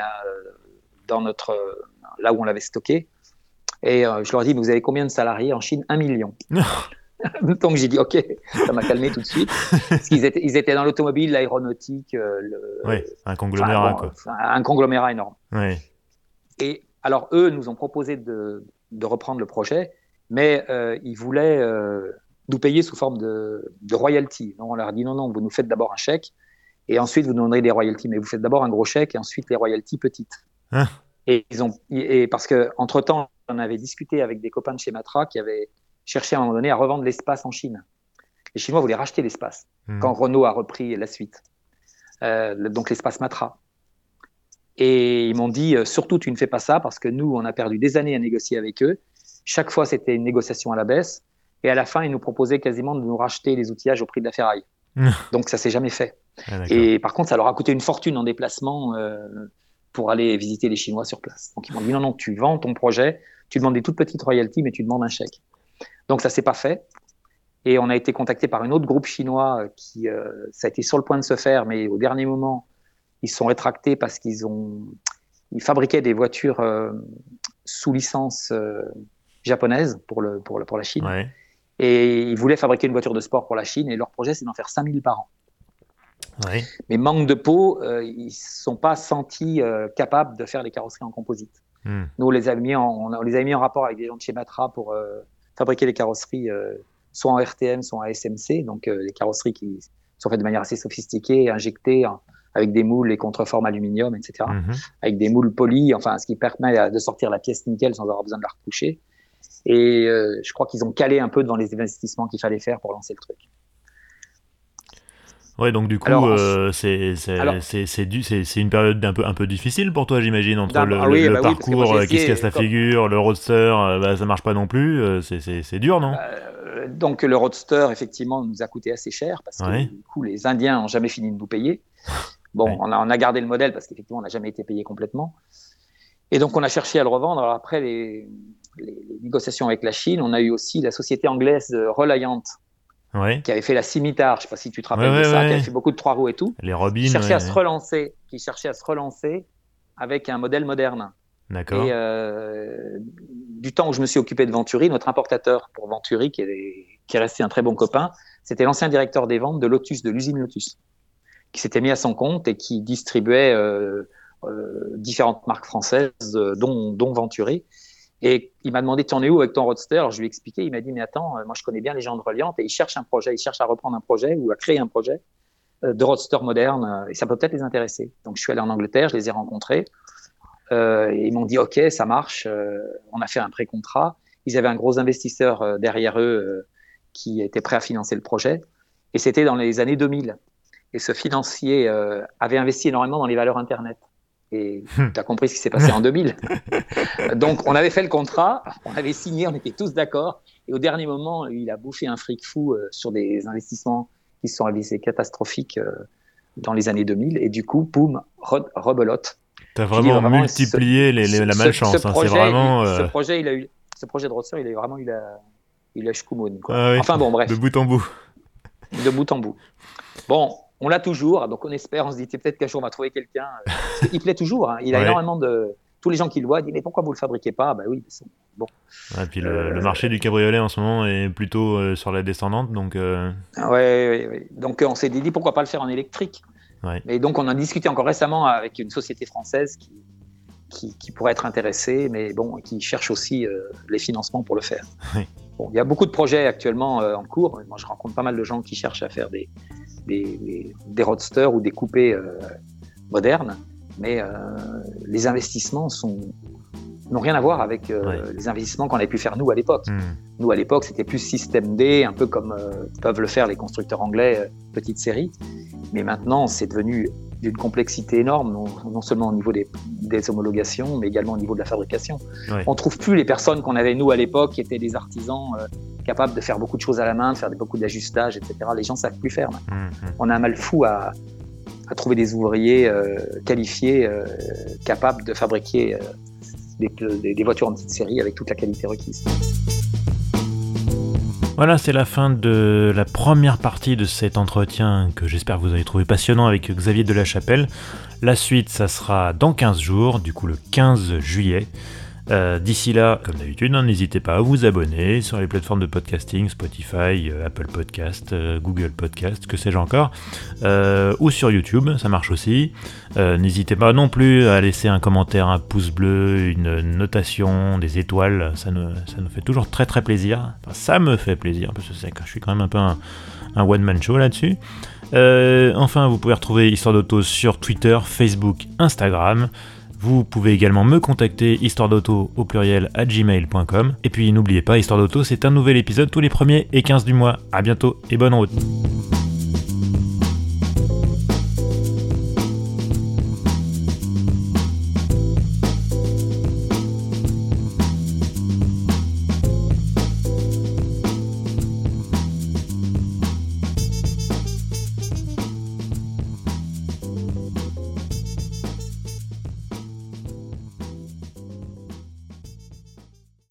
là où on l'avait stocké. Et je leur ai dit, vous avez combien de salariés en Chine? 1 million. Donc j'ai dit ok, ça m'a calmé tout de suite. Parce qu'ils étaient dans l'automobile, l'aéronautique, un conglomérat un conglomérat énorme. Ouais. Et alors eux nous ont proposé de reprendre le projet, mais ils voulaient nous payer sous forme de royalties. Donc on leur a dit non, vous nous faites d'abord un chèque et ensuite vous nous donnerez des royalties, mais vous faites d'abord un gros chèque et ensuite les royalties petites. Et parce que entre temps on avait discuté avec des copains de chez Matra qui avaient cherché à un moment donné à revendre l'espace en Chine. Les Chinois voulaient racheter l'espace quand Renault a repris la suite, donc l'espace Matra. Et ils m'ont dit surtout tu ne fais pas ça parce que nous on a perdu des années à négocier avec eux. Chaque fois c'était une négociation à la baisse et à la fin ils nous proposaient quasiment de nous racheter les outillages au prix de la ferraille. Donc ça s'est jamais fait. Et par contre ça leur a coûté une fortune en déplacement pour aller visiter les Chinois sur place. Donc ils m'ont dit non, tu vends ton projet, tu demandes des toutes petites royalties mais tu demandes un chèque. Donc ça s'est pas fait. Et on a été contacté par un autre groupe chinois qui, ça a été sur le point de se faire, mais au dernier moment, ils se sont rétractés parce qu'ils fabriquaient des voitures sous licence japonaise pour la Chine. Ouais. Et ils voulaient fabriquer une voiture de sport pour la Chine et leur projet, c'est d'en faire 5000 par an. Ouais. Mais manque de peau, ils ne sont pas sentis capables de faire les carrosseries en composite. Nous, on les a mis en rapport avec des gens de chez Matra pour fabriquer les carrosseries soit en RTM, soit en SMC, donc les carrosseries qui sont faites de manière assez sophistiquée, injectées avec des moules et contreformes aluminium, etc., avec des moules polis, enfin, ce qui permet de sortir la pièce nickel sans avoir besoin de la retoucher. Et je crois qu'ils ont calé un peu devant les investissements qu'il fallait faire pour lancer le truc. Ouais, donc du coup, c'est une période un peu difficile pour toi, j'imagine, entre le parcours qui se casse la figure, le roadster, ça marche pas non plus, c'est dur, non? Donc le roadster, effectivement, nous a coûté assez cher parce que du coup, les Indiens n'ont jamais fini de nous payer. Bon, on a gardé le modèle parce qu'effectivement, on n'a jamais été payé complètement. Et donc, on a cherché à le revendre. Alors après les négociations avec la Chine, on a eu aussi la société anglaise Reliant, qui avait fait la Scimitar, je ne sais pas si tu te rappelles de ça, qui avait fait beaucoup de 3 roues et tout. Les Robins, qui cherchait à se relancer avec un modèle moderne. D'accord. Et du temps où je me suis occupé de Venturi, notre importateur pour Venturi, qui est resté un très bon copain, c'était l'ancien directeur des ventes de Lotus, de l'usine Lotus, qui s'était mis à son compte et qui distribuait différentes marques françaises, dont Venturi. Et il m'a demandé, tu en es où avec ton Roadster? Alors, je lui ai expliqué, il m'a dit, mais attends, moi je connais bien les gens de Reliant et ils cherchent à reprendre un projet ou à créer un projet de Roadster moderne et ça peut peut-être les intéresser. Donc, je suis allé en Angleterre, je les ai rencontrés et ils m'ont dit, OK, ça marche, on a fait un pré-contrat. Ils avaient un gros investisseur derrière eux qui était prêt à financer le projet et c'était dans les années 2000. Et ce financier avait investi énormément dans les valeurs Internet. Et tu as compris ce qui s'est passé en 2000. Donc, on avait fait le contrat, on avait signé, on était tous d'accord. Et au dernier moment, il a bouffé un fric fou sur des investissements qui se sont réalisés catastrophiques dans les années 2000. Et du coup, boum, rebelote. Tu as vraiment multiplié la malchance. Ce projet, c'est vraiment, ce projet de Roadster, il a vraiment eu la chkoumoune, quoi. Ah oui, enfin bon, bref. De bout en bout. De bout en bout. Bon, on l'a toujours, donc on espère, on se dit peut-être qu'un jour on va trouver quelqu'un. Il plaît toujours, hein. Il a énormément de. Tous les gens qui le voient disent mais pourquoi vous le fabriquez pas? Bah oui, c'est bon. Et puis le marché du cabriolet en ce moment est plutôt sur la descendante, donc. Ouais. Donc on s'est dit pourquoi pas le faire en électrique. Ouais. Et donc on a discuté encore récemment avec une société française qui pourrait être intéressée, mais bon, qui cherche aussi les financements pour le faire. Oui. Bon, il y a beaucoup de projets actuellement en cours. Moi, je rencontre pas mal de gens qui cherchent à faire des roadsters ou des coupés modernes, mais les investissements n'ont rien à voir avec les investissements qu'on avait pu faire nous à l'époque. Nous à l'époque c'était plus système D, un peu comme peuvent le faire les constructeurs anglais, petite série, mais maintenant c'est devenu d'une complexité énorme, non seulement au niveau des homologations, mais également au niveau de la fabrication. Ouais. On ne trouve plus les personnes qu'on avait nous à l'époque, qui étaient des artisans capables de faire beaucoup de choses à la main, de faire beaucoup d'ajustages, etc. Les gens ne savent plus faire maintenant. On a un mal fou à trouver des ouvriers qualifiés, capables de fabriquer des voitures en petite série avec toute la qualité requise. Voilà, c'est la fin de la première partie de cet entretien que j'espère que vous avez trouvé passionnant avec Xavier Delachapelle. La suite, ça sera dans 15 jours, du coup le 15 juillet. D'ici là, comme d'habitude, n'hésitez pas à vous abonner sur les plateformes de podcasting, Spotify, Apple Podcast, Google Podcast, que sais-je encore, ou sur YouTube, ça marche aussi. N'hésitez pas non plus à laisser un commentaire, un pouce bleu, une notation, des étoiles, ça nous fait toujours très très plaisir. Enfin, ça me fait plaisir, parce que je suis quand même un peu un one-man show là-dessus. Enfin, vous pouvez retrouver Histoire d'Auto sur Twitter, Facebook, Instagram. Vous pouvez également me contacter histoiredauto au pluriel @gmail.com. Et puis n'oubliez pas, Histoire d'Auto, c'est un nouvel épisode tous les 1er et 15 du mois. À bientôt et bonne route.